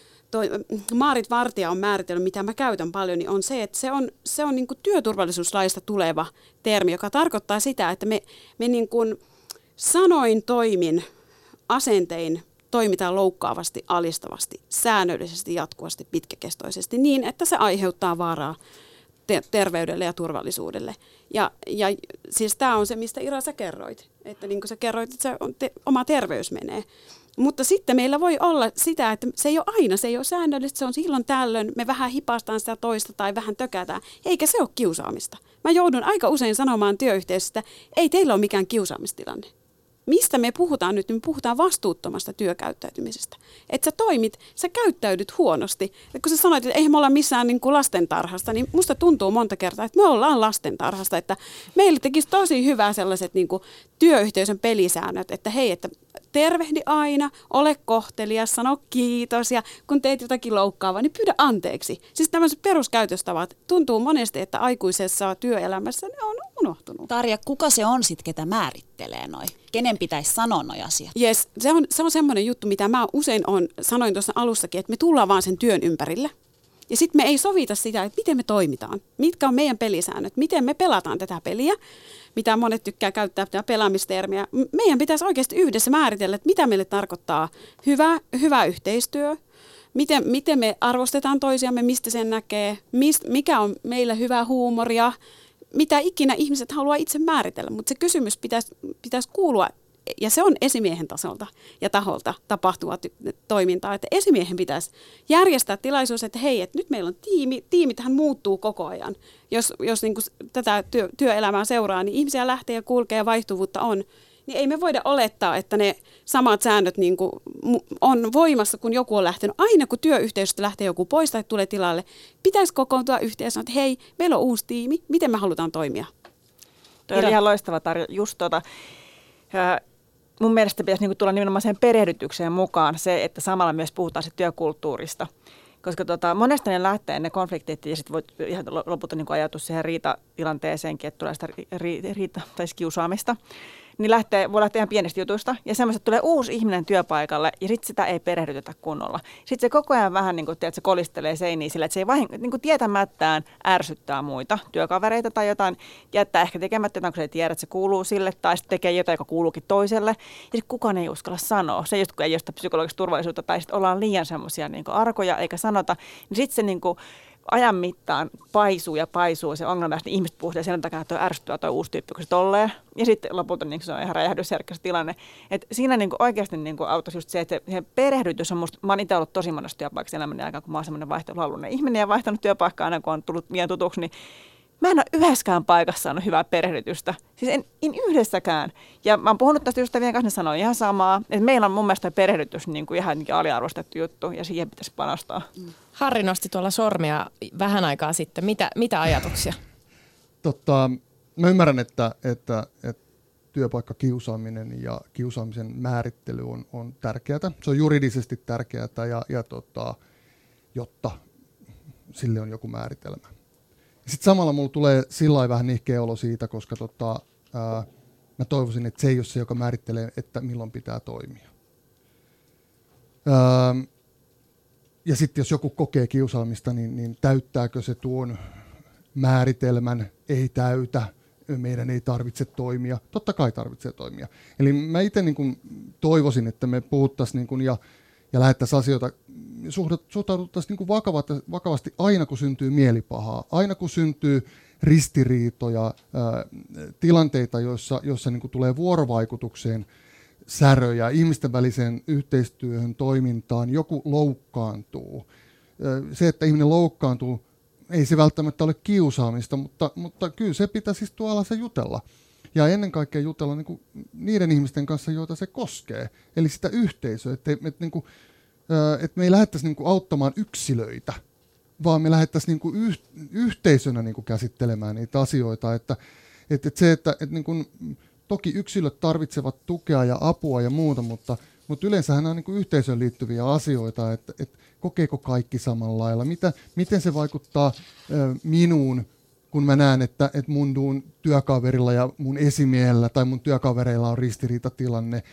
Maarit Vartija on määritellyt, mitä mä käytän paljon, niin on se, että se on niin kuin työturvallisuuslaista tuleva termi, joka tarkoittaa sitä, että me niin kuin sanoin, toimin, asentein toimitaan loukkaavasti, alistavasti, säännöllisesti, jatkuvasti, pitkäkestoisesti niin, että se aiheuttaa vaaraa terveydelle ja turvallisuudelle. Ja siis tämä on se, mistä Ira sä kerroit. Että niin kuin sä kerroit, että oma terveys menee. Mutta sitten meillä voi olla sitä, että se ei ole aina, se ei ole säännöllistä, se on silloin tällöin, me vähän hipastaan sitä toista tai vähän tökätään, eikä se ole kiusaamista. Mä joudun aika usein sanomaan työyhteisöstä, ei teillä ole mikään kiusaamistilanne. Mistä me puhutaan nyt? Me puhutaan vastuuttomasta työkäyttäytymisestä. Että sä käyttäydyt huonosti. Et kun sä sanoit, että eihän me olla missään niin kuin lastentarhasta, niin musta tuntuu monta kertaa, että me ollaan lastentarhasta. Että meille tekisi tosi hyvää sellaiset niin kuin työyhteisön pelisäännöt, että hei, että tervehdi aina, ole kohtelias, sano kiitos ja kun teet jotakin loukkaavaa, niin pyydä anteeksi. Siis tämmöiset peruskäytöstavat tuntuu monesti, että aikuisessa työelämässä ne on unohtunut. Tarja, kuka se on sitten, ketä määrittelee noi? Kenen pitäisi sanoa noi asiat? Yes, se on semmoinen juttu, mitä mä usein sanoin tuossa alussakin, että me tullaan vaan sen työn ympärille. Ja sitten me ei sovita sitä, että miten me toimitaan, mitkä on meidän pelisäännöt, miten me pelataan tätä peliä, mitä monet tykkää käyttää tätä pelaamistermiä. Meidän pitäisi oikeasti yhdessä määritellä, että mitä meille tarkoittaa hyvä yhteistyö, miten me arvostetaan toisiamme, mistä sen näkee, mikä on meillä hyvä huumoria, mitä ikinä ihmiset haluaa itse määritellä. Mutta se kysymys pitäisi kuulua ja se on esimiehen tasolta ja taholta tapahtuvaa toimintaa, että esimiehen pitäisi järjestää tilaisuus, että hei, että nyt meillä on tiimitähän muuttuu koko ajan. Jos niin kuin tätä työelämää seuraa, niin ihmisiä lähtee ja kulkee ja vaihtuvuutta on, niin ei me voida olettaa, että ne samat säännöt niin kuin on voimassa, kun joku on lähtenyt. Aina kun työyhteisöstä lähtee joku pois tai tulee tilalle, pitäisi kokoontua yhteen ja sanoa, että hei, meillä on uusi tiimi, miten me halutaan toimia. Tuo oli ihan loistava tarjo. Just mun mielestä pitäisi niinku tulla nimenomaan sen perehdytykseen mukaan se, että samalla myös puhutaan työkulttuurista. Koska monesti ne lähtee ne konfliktit ja sitten voi ihan lopulta niinku ajatus siihen riitatilanteeseenkin, että tulee sitä riita tai kiusaamista. Niin voi lähteä ihan pienistä jutuista ja semmoista tulee uusi ihminen työpaikalle ja sitten sitä ei perehdytetä kunnolla. Sitten se koko ajan vähän niin kuin, se kolistelee seiniä sillä, että se ei niin kuin tietämättään ärsyttää muita työkavereita tai jotain, jättää ehkä tekemättä jotain, kun se ei tiedä, että se kuuluu sille tai sitten tekee jotain, joka kuuluukin toiselle. Ja sitten kukaan ei uskalla sanoa. Se just kun ei ole sitä psykologista turvallisuutta tai sitten ollaan liian semmoisia niin kuin arkoja eikä sanota, niin sitten se niin kuin ajan mittaan paisuu ja se ongelma, että ihmiset puhuvat sen takia, että tuo ärsyttävä tuo uusi tyyppi, kun se tolleen. Ja sitten lopulta niin se on ihan räjähdysherkkä tilanne. Et siinä niin oikeasti niin auttaisi just se, että se perehdytys on musta, mä oon itse ollut tosi monessa työpaikassa elämäni aikaa, kun mä oon semmoinen vaihteluhaluinen ihminen ja vaihtanut työpaikkaa aina, kun on tullut liian tutuksi, niin mä en ole yhdessäkään paikassa saanut hyvää perehdytystä. Siis en yhdessäkään. Ja mä oon puhunut tästä ystävien kanssa, ne sanoo ihan samaa. Että meillä on mun mielestä perehdytys niin kuin ihan aliarvostettu juttu ja siihen pitäisi panostaa. Harri nosti tuolla sormia vähän aikaa sitten. Mitä ajatuksia? Mä ymmärrän, että työpaikkakiusaaminen ja kiusaamisen määrittely on tärkeää. Se on juridisesti tärkeää, jotta sille on joku määritelmä. Sitten samalla mulla tulee sillä lailla vähän nihkeä olo siitä, koska mä toivoisin, että se ei ole se, joka määrittelee, että milloin pitää toimia. Ja sitten jos joku kokee kiusaamista, niin täyttääkö se tuon määritelmän, ei täytä, meidän ei tarvitse toimia. Totta kai tarvitsee toimia. Eli mä itse niin toivoisin, että me puhuttaisiin niin ja lähdettäisiin asioita, suhtauduttaisiin niin vakavasti aina, kun syntyy mielipahaa, aina kun syntyy ristiriitoja, tilanteita, joissa niin tulee vuorovaikutukseen säröjä, ihmisten väliseen yhteistyöhön, toimintaan, joku loukkaantuu. Se, että ihminen loukkaantuu, ei se välttämättä ole kiusaamista, mutta kyllä se pitäisi istua alas ja jutella. Ja ennen kaikkea jutella niin kuin niiden ihmisten kanssa, joita se koskee. Eli sitä yhteisöä, että me ei lähdettäisi niin kuin auttamaan yksilöitä, vaan me lähdettäisiin niin kuin yhteisönä niin kuin käsittelemään niitä asioita. Että niin kuin, toki yksilöt tarvitsevat tukea ja apua ja muuta, mutta yleensähän on niin kuin yhteisöön liittyviä asioita, että kokeeko kaikki samalla lailla, miten se vaikuttaa minuun, kun mä näen, että mun työkaverilla ja mun esimiehellä tai mun työkavereilla on ristiriitatilanne.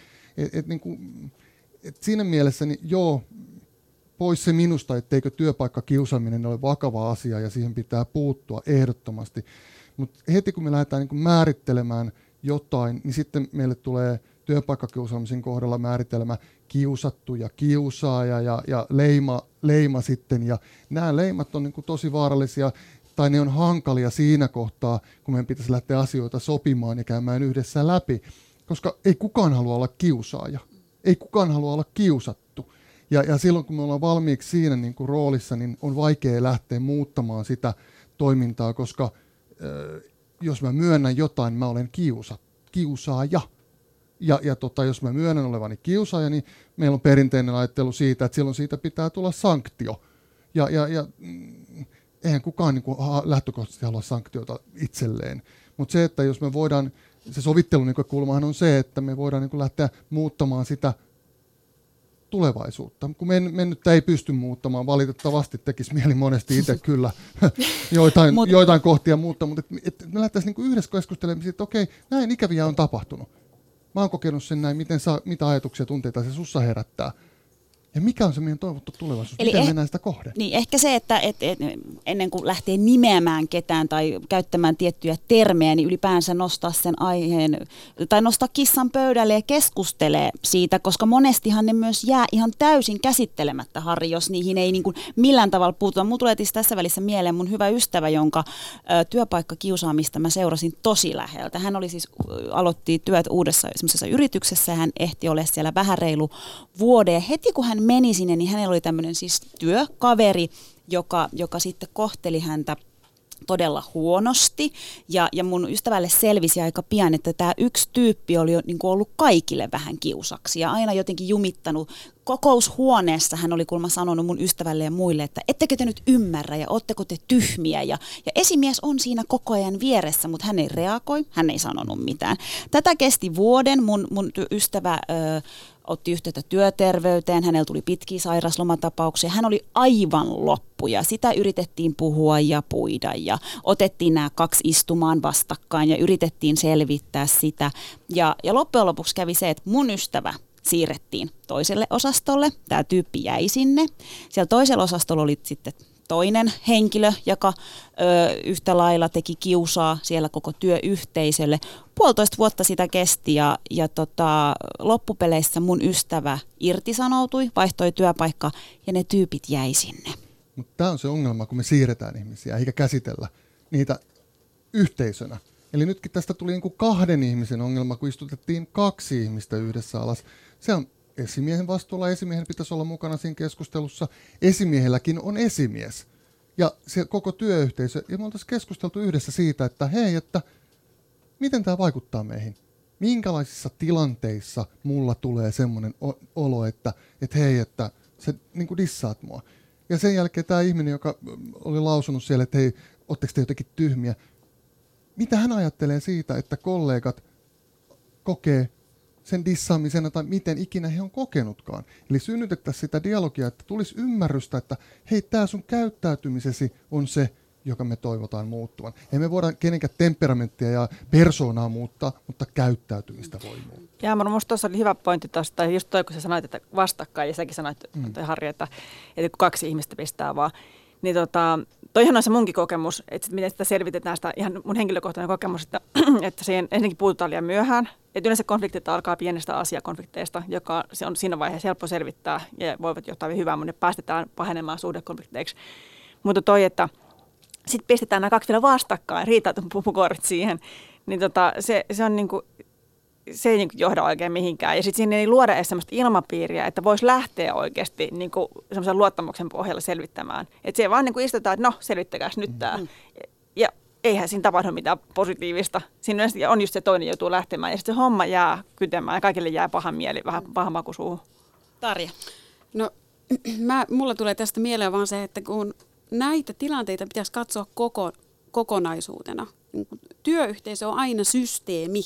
Et siinä mielessä niin joo, pois se minusta, etteikö työpaikkakiusaaminen ole vakava asia ja siihen pitää puuttua ehdottomasti. Mutta heti kun me lähdetään niin kuin määrittelemään jotain, niin sitten meille tulee työpaikkakiusaamisen kohdalla määritelmä kiusattu ja kiusaaja ja leima sitten. Ja nämä leimat on niin kuin tosi vaarallisia tai ne on hankalia siinä kohtaa, kun meidän pitäisi lähteä asioita sopimaan ja käymään yhdessä läpi, koska ei kukaan halua olla kiusaaja, ei kukaan halua olla kiusattu. Ja silloin, kun me ollaan valmiiksi siinä niin kuin roolissa, niin on vaikea lähteä muuttamaan sitä toimintaa, koska jos mä myönnän jotain, mä olen kiusaaja. Ja jos mä myönnän olevani kiusaaja, niin meillä on perinteinen ajattelu siitä, että silloin siitä pitää tulla sanktio. Ja eihän kukaan niin kuin lähtökohtaisesti halua sanktioita itselleen. Mutta se, että jos me voidaan, se sovittelun näkökulmahan on se, että me voidaan niin kuin lähteä muuttamaan sitä tulevaisuutta. Kun mennyttä ei pysty muuttamaan, valitettavasti tekisi mieli monesti itse kyllä joitain kohtia muuttaa, mutta me lähdettäisiin niin kuin yhdessä keskustelemaan siitä, että okei, näin ikäviä on tapahtunut. Mä oon kokenut sen näin, mitä ajatuksia ja tunteita se sussa herättää. Ja mikä on se meidän toivottu tulevaisuus? Eli Miten mennään sitä kohde? Niin, ehkä se, että ennen kuin lähtee nimeämään ketään tai käyttämään tiettyjä termejä, niin ylipäänsä nostaa sen aiheen tai nostaa kissan pöydälle ja keskustelee siitä, koska monestihan ne myös jää ihan täysin käsittelemättä, Harri, jos niihin ei niin kuin millään tavalla puututa. Mulla tulee tässä välissä mieleen mun hyvä ystävä, jonka työpaikkakiusaamista mä seurasin tosi läheltä. Hän aloitti työt uudessa semmoisessa yrityksessä, hän ehti olla siellä vähän reilu vuoden ja heti kun hän meni sinne, niin hänellä oli tämmöinen siis työkaveri, joka sitten kohteli häntä todella huonosti. Ja mun ystävälle selvisi aika pian, että tämä yksi tyyppi oli niin kuin ollut kaikille vähän kiusaksi ja aina jotenkin jumittanut. Kokoushuoneessa hän oli kuulemma sanonut mun ystävälle ja muille, että ettekö te nyt ymmärrä ja ootteko te tyhmiä. Ja esimies on siinä koko ajan vieressä, mutta hän ei reagoi, hän ei sanonut mitään. Tätä kesti vuoden. Mun ystävä otti yhteyttä työterveyteen, hänellä tuli pitkiä sairauslomatapauksia. Hän oli aivan loppu ja sitä yritettiin puhua ja puida ja otettiin nämä kaksi istumaan vastakkain ja yritettiin selvittää sitä. Ja loppujen lopuksi kävi se, että mun ystävä siirrettiin toiselle osastolle. Tämä tyyppi jäi sinne. Siellä toisella osastolla oli sitten toinen henkilö, joka yhtä lailla teki kiusaa siellä koko työyhteisölle. 1,5 vuotta sitä kesti ja loppupeleissä mun ystävä irtisanoutui, vaihtoi työpaikkaa ja ne tyypit jäi sinne. Mutta tämä on se ongelma, kun me siirretään ihmisiä eikä käsitellä niitä yhteisönä. Eli nytkin tästä tuli niin kuin 2 ihmisen ongelma, kun istutettiin 2 ihmistä yhdessä alas. Se on esimiehen vastuulla, esimiehen pitäisi olla mukana siinä keskustelussa. Esimiehelläkin on esimies. Ja se koko työyhteisö, ja me oltaisiin keskusteltu yhdessä siitä, että hei, että miten tämä vaikuttaa meihin? Minkälaisissa tilanteissa mulla tulee semmoinen olo, että hei, että sä niin kuin dissaat mua. Ja sen jälkeen tämä ihminen, joka oli lausunut siellä, että hei, ootteko te jotenkin tyhmiä? Mitä hän ajattelee siitä, että kollegat kokee sen dissaamisena tai miten ikinä he on kokenutkaan. Eli synnytettäisiin sitä dialogia, että tulisi ymmärrystä, että hei, tämä sun käyttäytymisesi on se, joka me toivotaan muuttuvan. Ei me voida kenenkään temperamenttia ja persoonaa muuttaa, mutta käyttäytymistä voi muuttaa. Ja minusta tuossa oli hyvä pointti tuossa, tai just toi, kun sä sanoit, että vastakkain, ja säkin sanoit, Harri, että kun 2 ihmistä pistää vaan, niin toihan on se munkin kokemus, että miten sitä selvitetään, sitä ihan mun henkilökohtainen kokemus, että siihen ensinnäkin puututaan liian myöhään. Että yleensä konfliktit alkaa pienestä asiakonflikteista, joka se on siinä vaiheessa helppo selvittää ja voivat johtaa hyvää, mutta ne päästetään pahenemaan suhdekonflikteiksi. Mutta että sitten pistetään nämä 2 vielä vastakkain, riitautun pupukorit siihen, niin se on niinku, se ei niinku johda oikein mihinkään. Ja sitten siinä ei luoda edes sellaista ilmapiiriä, että voisi lähteä oikeasti niinku semmoisen luottamuksen pohjalla selvittämään. Että se vaan niinku istutaan, että no selvittäkääs nyt tämä. Ja eihän siinä tapahdu mitään positiivista. Siinä on just se toinen joutuu lähtemään ja sitten se homma jää kytemään ja kaikille jää paha mieli, vähän paha maku suuhun. Tarja. No, mulla tulee tästä mieleen vaan se, että kun näitä tilanteita pitäisi katsoa kokonaisuutena. Työyhteisö on aina systeemi.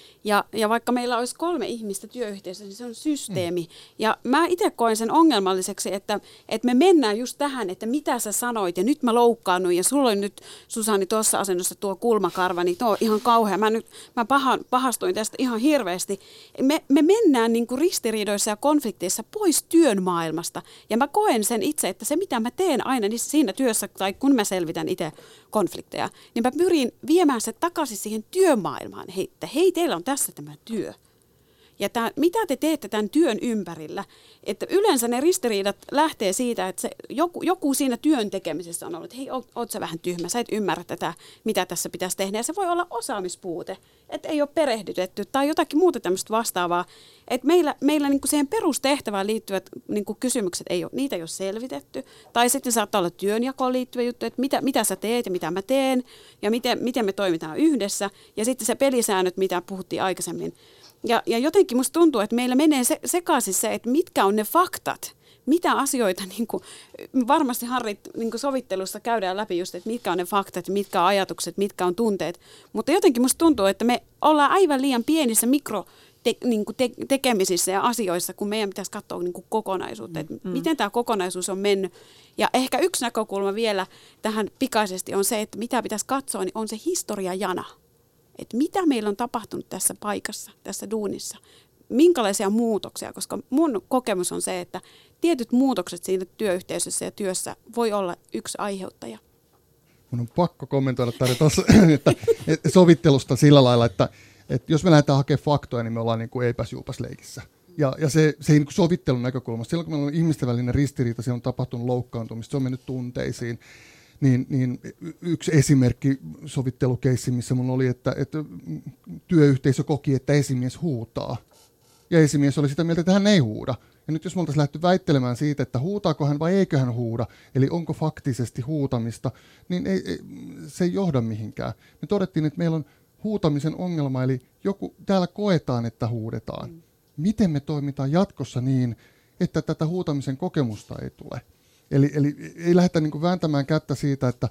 Ja vaikka meillä olisi 3 ihmistä työyhteisössä, niin se on systeemi. Ja mä itse koen sen ongelmalliseksi, että me mennään just tähän, että mitä sä sanoit, ja nyt mä loukkaannut, ja sulla oli nyt, Susanni, tuossa asennossa tuo kulmakarva, niin tuo on ihan kauhea. Mä pahastuin tästä ihan hirveästi. Me mennään niin kuin ristiriidoissa ja konflikteissa pois työn maailmasta. Ja mä koen sen itse, että se mitä mä teen aina niin siinä työssä, tai kun mä selvitän itse konflikteja, niin mä pyrin viemään se takaisin siihen työmaailmaan. Hei, teillä on tässä tämä työ. Ja mitä te teette tämän työn ympärillä? Että yleensä ne ristiriidat lähtee siitä, että joku siinä työn tekemisessä on ollut, että hei, oot sä vähän tyhmä, sä et ymmärrä tätä, mitä tässä pitäisi tehdä. Ja se voi olla osaamispuute, että ei ole perehdytetty tai jotakin muuta tämmöistä vastaavaa. Että meillä niin kuin siihen perustehtävään liittyvät niin kuin kysymykset, niitä ei ole selvitetty. Tai sitten saattaa olla työnjakoon liittyvä juttu, että mitä sä teet ja mitä mä teen ja miten me toimitaan yhdessä. Ja sitten se pelisäännöt, mitä puhuttiin aikaisemmin. Ja jotenkin musta tuntuu, että meillä menee sekaisin se, että mitkä on ne faktat, mitä asioita, niin kuin, varmasti Harri niin kuin sovittelussa käydään läpi just, että mitkä on ne faktat, mitkä on ajatukset, mitkä on tunteet. Mutta jotenkin musta tuntuu, että me ollaan aivan liian pienissä tekemisissä ja asioissa, kun meidän pitäisi katsoa niin kuin kokonaisuutta, että miten tämä kokonaisuus on mennyt. Ja ehkä yksi näkökulma vielä tähän pikaisesti on se, että mitä pitäisi katsoa, niin on se historiajana. Että mitä meillä on tapahtunut tässä paikassa, tässä duunissa. minkälaisia muutoksia, koska mun kokemus on se, että tietyt muutokset siinä työyhteisössä ja työssä voi olla yksi aiheuttaja. Mun on pakko kommentoida tuossa, että sovittelusta sillä lailla, että jos me lähdetään hakemaan faktoja, niin me ollaan niin kuin eipäs juupas leikissä. Ja se ei niin kuin sovittelun näkökulmasta. Silloin kun meillä on ihmisten välinen ristiriita, siellä on tapahtunut loukkaantumista, se on mennyt tunteisiin. Niin yksi esimerkki sovittelukeissi, missä mun oli, että työyhteisö koki, että esimies huutaa. Ja esimies oli sitä mieltä, että hän ei huuda. Ja nyt jos me oltaisiin lähdetty väittelemään siitä, että huutaako hän vai eikö hän huuda, eli onko faktisesti huutamista, niin se ei johda mihinkään. Me todettiin, että meillä on huutamisen ongelma, eli joku täällä koetaan, että huudetaan. Miten me toimitaan jatkossa niin, että tätä huutamisen kokemusta ei tule? Eli ei lähdetä niin kuin vääntämään kättä siitä, että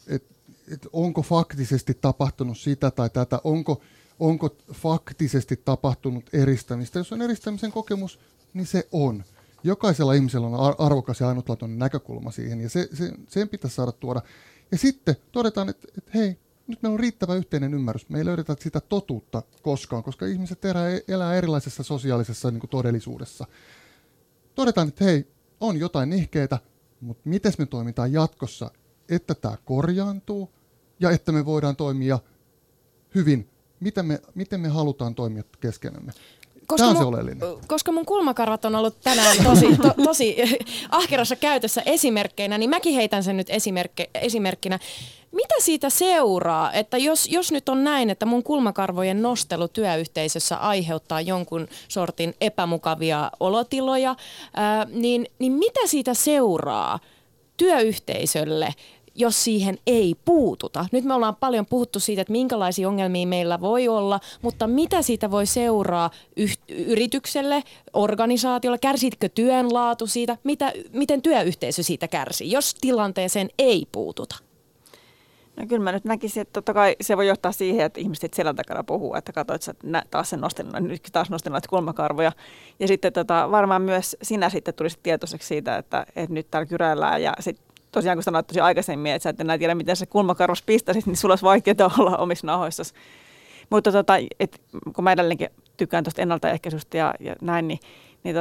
onko faktisesti tapahtunut sitä tai tätä, onko faktisesti tapahtunut eristämistä. Jos on eristämisen kokemus, niin se on. Jokaisella ihmisellä on arvokas ja ainutlaatuinen näkökulma siihen, ja sen pitäisi saada tuoda. Ja sitten todetaan, että hei, nyt meillä on riittävä yhteinen ymmärrys. Me ei löydetä sitä totuutta koskaan, koska ihmiset elää erilaisessa sosiaalisessa niin kuin todellisuudessa. Todetaan, että hei, on jotain nihkeitä, mutta miten me toimitaan jatkossa, että tämä korjaantuu ja että me voidaan toimia hyvin. Miten me halutaan toimia keskenämme? Tämä on se oleellinen. Koska mun kulmakarvat on ollut tänään tosi ahkerassa käytössä esimerkkeinä, niin mäkin heitän sen nyt esimerkkinä. Mitä siitä seuraa, että jos nyt on näin, että mun kulmakarvojen nostelu työyhteisössä aiheuttaa jonkun sortin epämukavia olotiloja, niin mitä siitä seuraa työyhteisölle, jos siihen ei puututa? Nyt me ollaan paljon puhuttu siitä, että minkälaisia ongelmia meillä voi olla, mutta mitä siitä voi seuraa yritykselle, organisaatiolle? Kärsitkö työn laatu siitä? Miten työyhteisö siitä kärsii, jos tilanteeseen ei puututa? No kyllä mä nyt näkisin, että totta kai se voi johtaa siihen, että ihmiset selän takana puhuu, että katsoit, että taas sen nyt taas nostin noita kulmakarvoja. Ja sitten varmaan myös sinä sitten tulisit tietoiseksi siitä, että nyt täällä kyräillään ja sitten tosiaan kun sanoit tosi aikaisemmin, että sä et enää tiedä, miten se kulmakarvos pistäisit, niin sulla olisi vaikeaa olla omissa nahoissasi. Mutta kun mä edelleenkin tykkään tuosta ennaltaehkäisystä ja näin, niin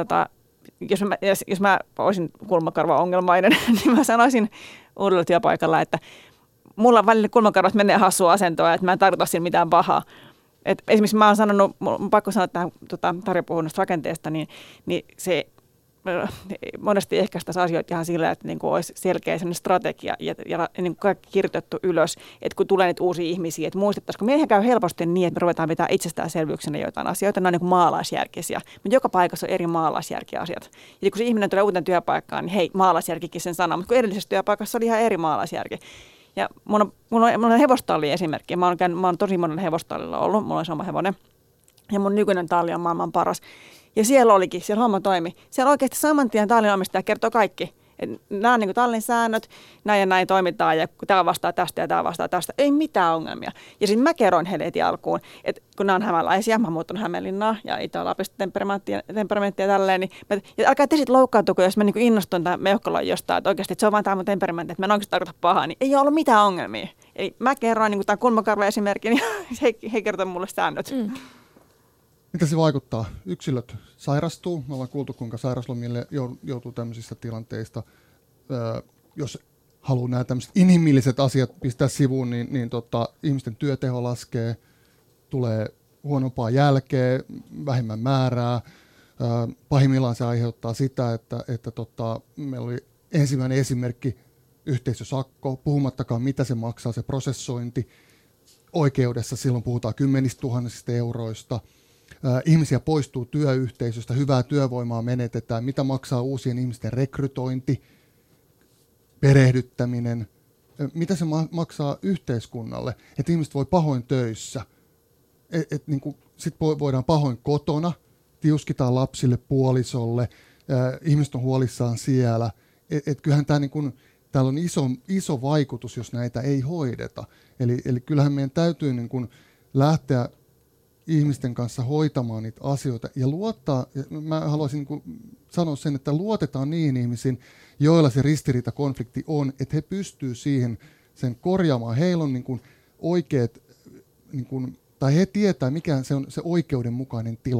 jos mä olisin kulmakarva-ongelmainen, niin mä sanoisin uudella työpaikalla, että mulla välillä kulmakarvat menee hassua asentoa, että mä en tarkoita siinä mitään pahaa. Et esimerkiksi mä oon sanonut, mun pakko sanoa tähän Tarja puhui noista rakenteesta, niin se monesti ehkäistäisiin asioita ihan sillä, että niin kuin olisi selkeä strategia ja niin kuin kaikki kirjoitettu ylös, että kun tulee niitä uusia ihmisiä, että muistettaisiin, kun meidän käy helposti niin, että me ruvetaan pitää itsestäänselvyyksenä joitain asioita, ne on niin kuin maalaisjärkisiä, mutta joka paikassa on eri maalaisjärkiä asiat. Ja kun se ihminen tulee uuteen työpaikkaan, niin hei, maalaisjärkikin sen sana, mutta kun edellisessä työpaikassa oli ihan eri maalaisjärki. Ja mulla on hevostalli esimerkki. Mä oon tosi monella hevostallilla ollut. Mulla on sama hevonen. Ja mun nykyinen talli on maailman paras. Ja siellä homma toimi. Siellä oikeasti saman tien tallin omistaja kertoo kaikki. Nämä on niin kuin tallin säännöt, näin ja näin toimitaan, ja tämä vastaa tästä ja tämä vastaa tästä. Ei mitään ongelmia. Ja sitten mä kerroin heille heti alkuun, että kun nämä on hämäläisiä, mä oon muuttanut Hämeenlinnaa ja Itä-Lapista temperamenttia ja tälleen, niin ja älkää te sitten loukkaantuko, jos mä niin innostun tämän meuhkoloin jostain, että oikeasti että se on vain tämä mun temperamentti, että mä en oikeasti tarkoita pahaa, niin ei ole ollut mitään ongelmia. Eli mä kerroin niin tämän kulmakarva-esimerkin, ja he kertovat mulle säännöt. Mitä se vaikuttaa? Yksilöt sairastuu. Me ollaan kuultu, kuinka sairaslomille joutuu tämmöisistä tilanteista. Jos haluaa nämä tämmöiset inhimilliset asiat pistää sivuun, niin ihmisten työteho laskee, tulee huonompaa jälkeä, vähemmän määrää. Pahimmillaan se aiheuttaa sitä, että meillä oli ensimmäinen esimerkki yhteisösakko, puhumattakaan mitä se maksaa, se prosessointi. Oikeudessa silloin puhutaan 10 000 euroista. Ihmisiä poistuu työyhteisöstä, hyvää työvoimaa menetetään, mitä maksaa uusien ihmisten rekrytointi, perehdyttäminen, mitä se maksaa yhteiskunnalle, että ihmiset voi pahoin töissä, niin sitten voidaan pahoin kotona, tiuskitaan lapsille, puolisolle, ihmiset on huolissaan siellä, kyllähän tämä täällä on iso vaikutus, jos näitä ei hoideta, eli kyllähän meidän täytyy lähteä ihmisten kanssa hoitamaan niitä asioita ja luottaa, mä haluaisin sanoa sen, että luotetaan niihin ihmisiin, joilla se ristiriitakonflikti on, että he pystyy siihen sen korjaamaan. Heillä on oikeat, tai he tietää, mikä se on se oikeudenmukainen tila.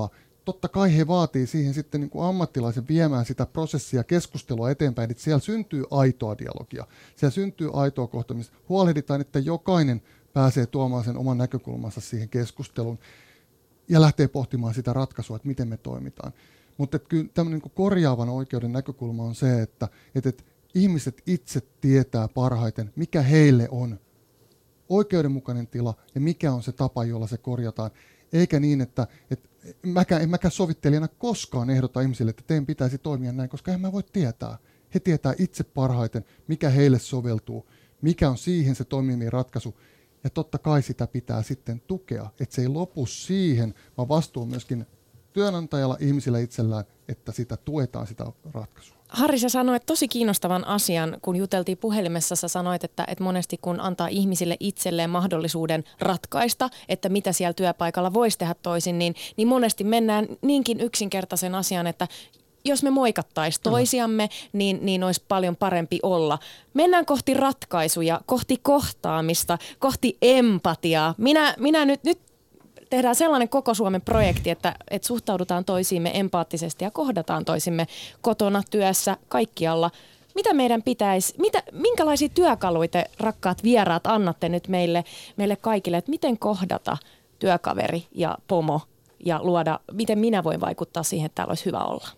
totta kai he vaatii siihen sitten niin kuin ammattilaisen viemään sitä prosessia, keskustelua eteenpäin, että siellä syntyy aitoa dialogia, siellä syntyy aitoa kohtaamista. Huolehditaan, että jokainen pääsee tuomaan sen oman näkökulmansa siihen keskusteluun ja lähtee pohtimaan sitä ratkaisua, että miten me toimitaan. Mutta kyllä tämmöinen niin korjaavan oikeuden näkökulma on se, että ihmiset itse tietää parhaiten, mikä heille on oikeudenmukainen tila ja mikä on se tapa, jolla se korjataan. Eikä niin, että en mäkään sovittelijana koskaan ehdota ihmisille, että teidän pitäisi toimia näin, koska en mä voi tietää. He tietää itse parhaiten, mikä heille soveltuu, mikä on siihen se toimivin ratkaisu. Ja totta kai sitä pitää sitten tukea, että se ei lopu siihen, vaan vastuu myöskin työnantajalla, ihmisillä itsellään, että sitä tuetaan sitä ratkaisua. Harri, sä sanoit tosi kiinnostavan asian, kun juteltiin puhelimessa. Sä sanoit, että monesti kun antaa ihmisille itselleen mahdollisuuden ratkaista, että mitä siellä työpaikalla voisi tehdä toisin, niin monesti mennään niinkin yksinkertaisen asian, että jos me moikattaisiin toisiamme, niin olisi paljon parempi olla. Mennään kohti ratkaisuja, kohti kohtaamista, kohti empatiaa. Minä nyt tehdään sellainen koko Suomen projekti, että suhtaudutaan toisiimme empaattisesti ja kohdataan toisimme kotona, työssä, kaikkialla. Mitä meidän pitäisi, minkälaisia työkaluja te, rakkaat vieraat, annatte nyt meille kaikille, että miten kohdata työkaveri ja pomo ja luoda, miten minä voin vaikuttaa siihen, että täällä olisi hyvä olla?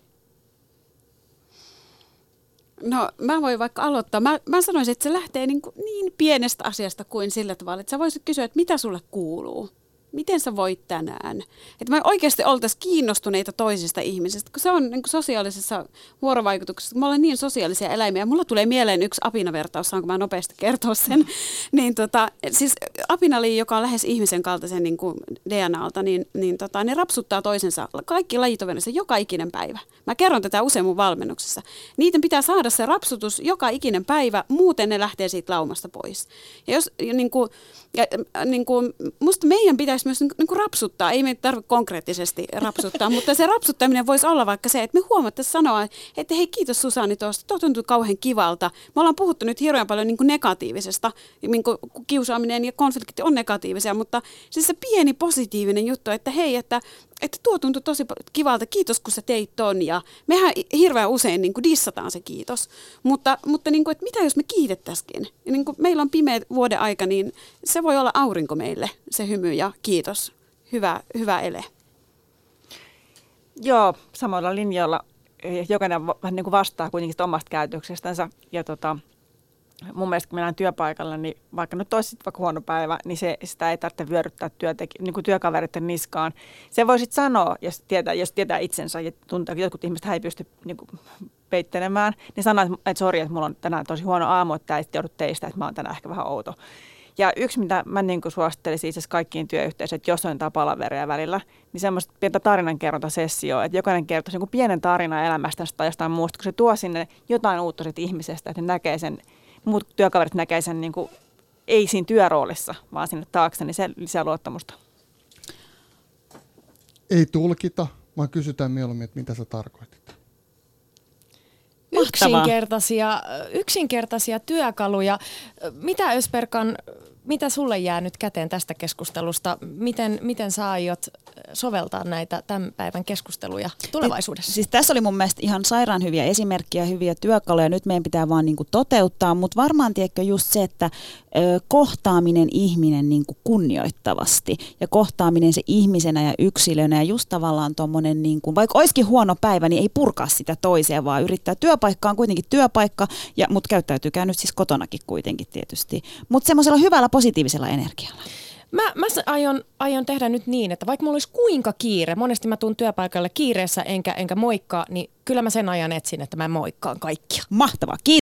No mä voin vaikka aloittaa. Mä sanoisin, että se lähtee niin pienestä asiasta kuin sillä tavalla, että sä voisit kysyä, että mitä sulle kuuluu. Miten sä voit tänään? Että me oikeasti oltaisiin kiinnostuneita toisista ihmisistä, kun se on niin kuin sosiaalisessa vuorovaikutuksessa. Kun me ollaan niin sosiaalisia eläimiä. Mulla tulee mieleen yksi apinavertaus, saanko mä nopeasti kertoa sen. Siis apinaliin, joka on lähes ihmisen kaltaisen niin kuin DNAlta, ne rapsuttaa toisensa. Kaikki lajit on veneessä joka ikinen päivä. Mä kerron tätä usein mun valmennuksessa. Niiden pitää saada se rapsutus joka ikinen päivä, muuten ne lähtee siitä laumasta pois. Ja jos musta meidän pitäisi myös rapsuttaa, ei meitä tarvitse konkreettisesti rapsuttaa, mutta se rapsuttaminen voisi olla vaikka se, että me huomattaisiin sanoa, että hei, kiitos Susanni tuosta, tuo tuntuu kauhean kivalta. Me ollaan puhuttu nyt hirveän paljon negatiivisesta, kiusaaminen ja konflikti on negatiivisia, mutta siis se pieni positiivinen juttu, että hei, että tuo tuntui tosi kivalta, kiitos kun sä teit ton, ja mehän hirveän usein dissataan se kiitos, mutta että mitä jos me kiitettäisikin? Meillä on pimeä vuoden aika, niin se voi olla aurinko meille, se hymy ja kiitos, hyvä ele. Joo, samoilla linjoilla jokainen vähän niin kuin vastaa kuitenkin omasta käytöksestänsä, ja mun mielestä kun mennään työpaikalla, niin vaikka nyt olisi vaikka huono päivä, niin sitä ei tarvitse vyöryttää niin työkavereiden niskaan. Se voi sitten sanoa, jos tietää itsensä ja tuntuu, että jotkut ihmiset ei pysty niin kuin peittelemään, niin sanoo, että sori, että mulla on tänään tosi huono aamu, että ei sitten joudu teistä, että mä oon tänään ehkä vähän outo. Ja yksi, mitä mä niin kuin suosittelisin itse asiassa kaikkiin työyhteisöihin, että jos on jotain palaveria välillä, niin semmoista pientä tarinankerrontasessioa, että jokainen kertoisi joku pienen tarinan elämästä tai jostain muusta, kun se tuo sinne jotain uutta siitä ihmisestä, että ne näkee sen, muut työkaverit näkee sen niin kuin, ei siinä työroolissa, vaan sinne taakse, niin se lisää luottamusta. Ei tulkita, vaan kysytään mieluummin, että mitä sä tarkoitit. Yksinkertaisia työkaluja. Mitä Ösberkan, mitä sulle jää nyt käteen tästä keskustelusta? Miten sä aiot soveltaa näitä tämän päivän keskusteluja tulevaisuudessa? Siis tässä oli mun mielestä ihan sairaan hyviä esimerkkejä, hyviä työkaluja. Nyt meidän pitää vaan niinku toteuttaa, mutta varmaan tiedätkö just se, että kohtaaminen ihminen niinku kunnioittavasti ja kohtaaminen se ihmisenä ja yksilönä ja just tavallaan tommonen, niinku, vaikka olisikin huono päivä, niin ei purkaa sitä toiseen, vaan yrittää. Työpaikka on kuitenkin työpaikka, mutta käyttäytykää nyt siis kotonakin kuitenkin tietysti. Mutta semmoisella hyvällä positiivisella energialla. Mä aion tehdä nyt niin, että vaikka mulla olisi kuinka kiire, monesti mä tuun työpaikalle kiireessä enkä moikkaa, niin kyllä mä sen ajan etsin, että mä moikkaan kaikkia. Mahtavaa, kiitos.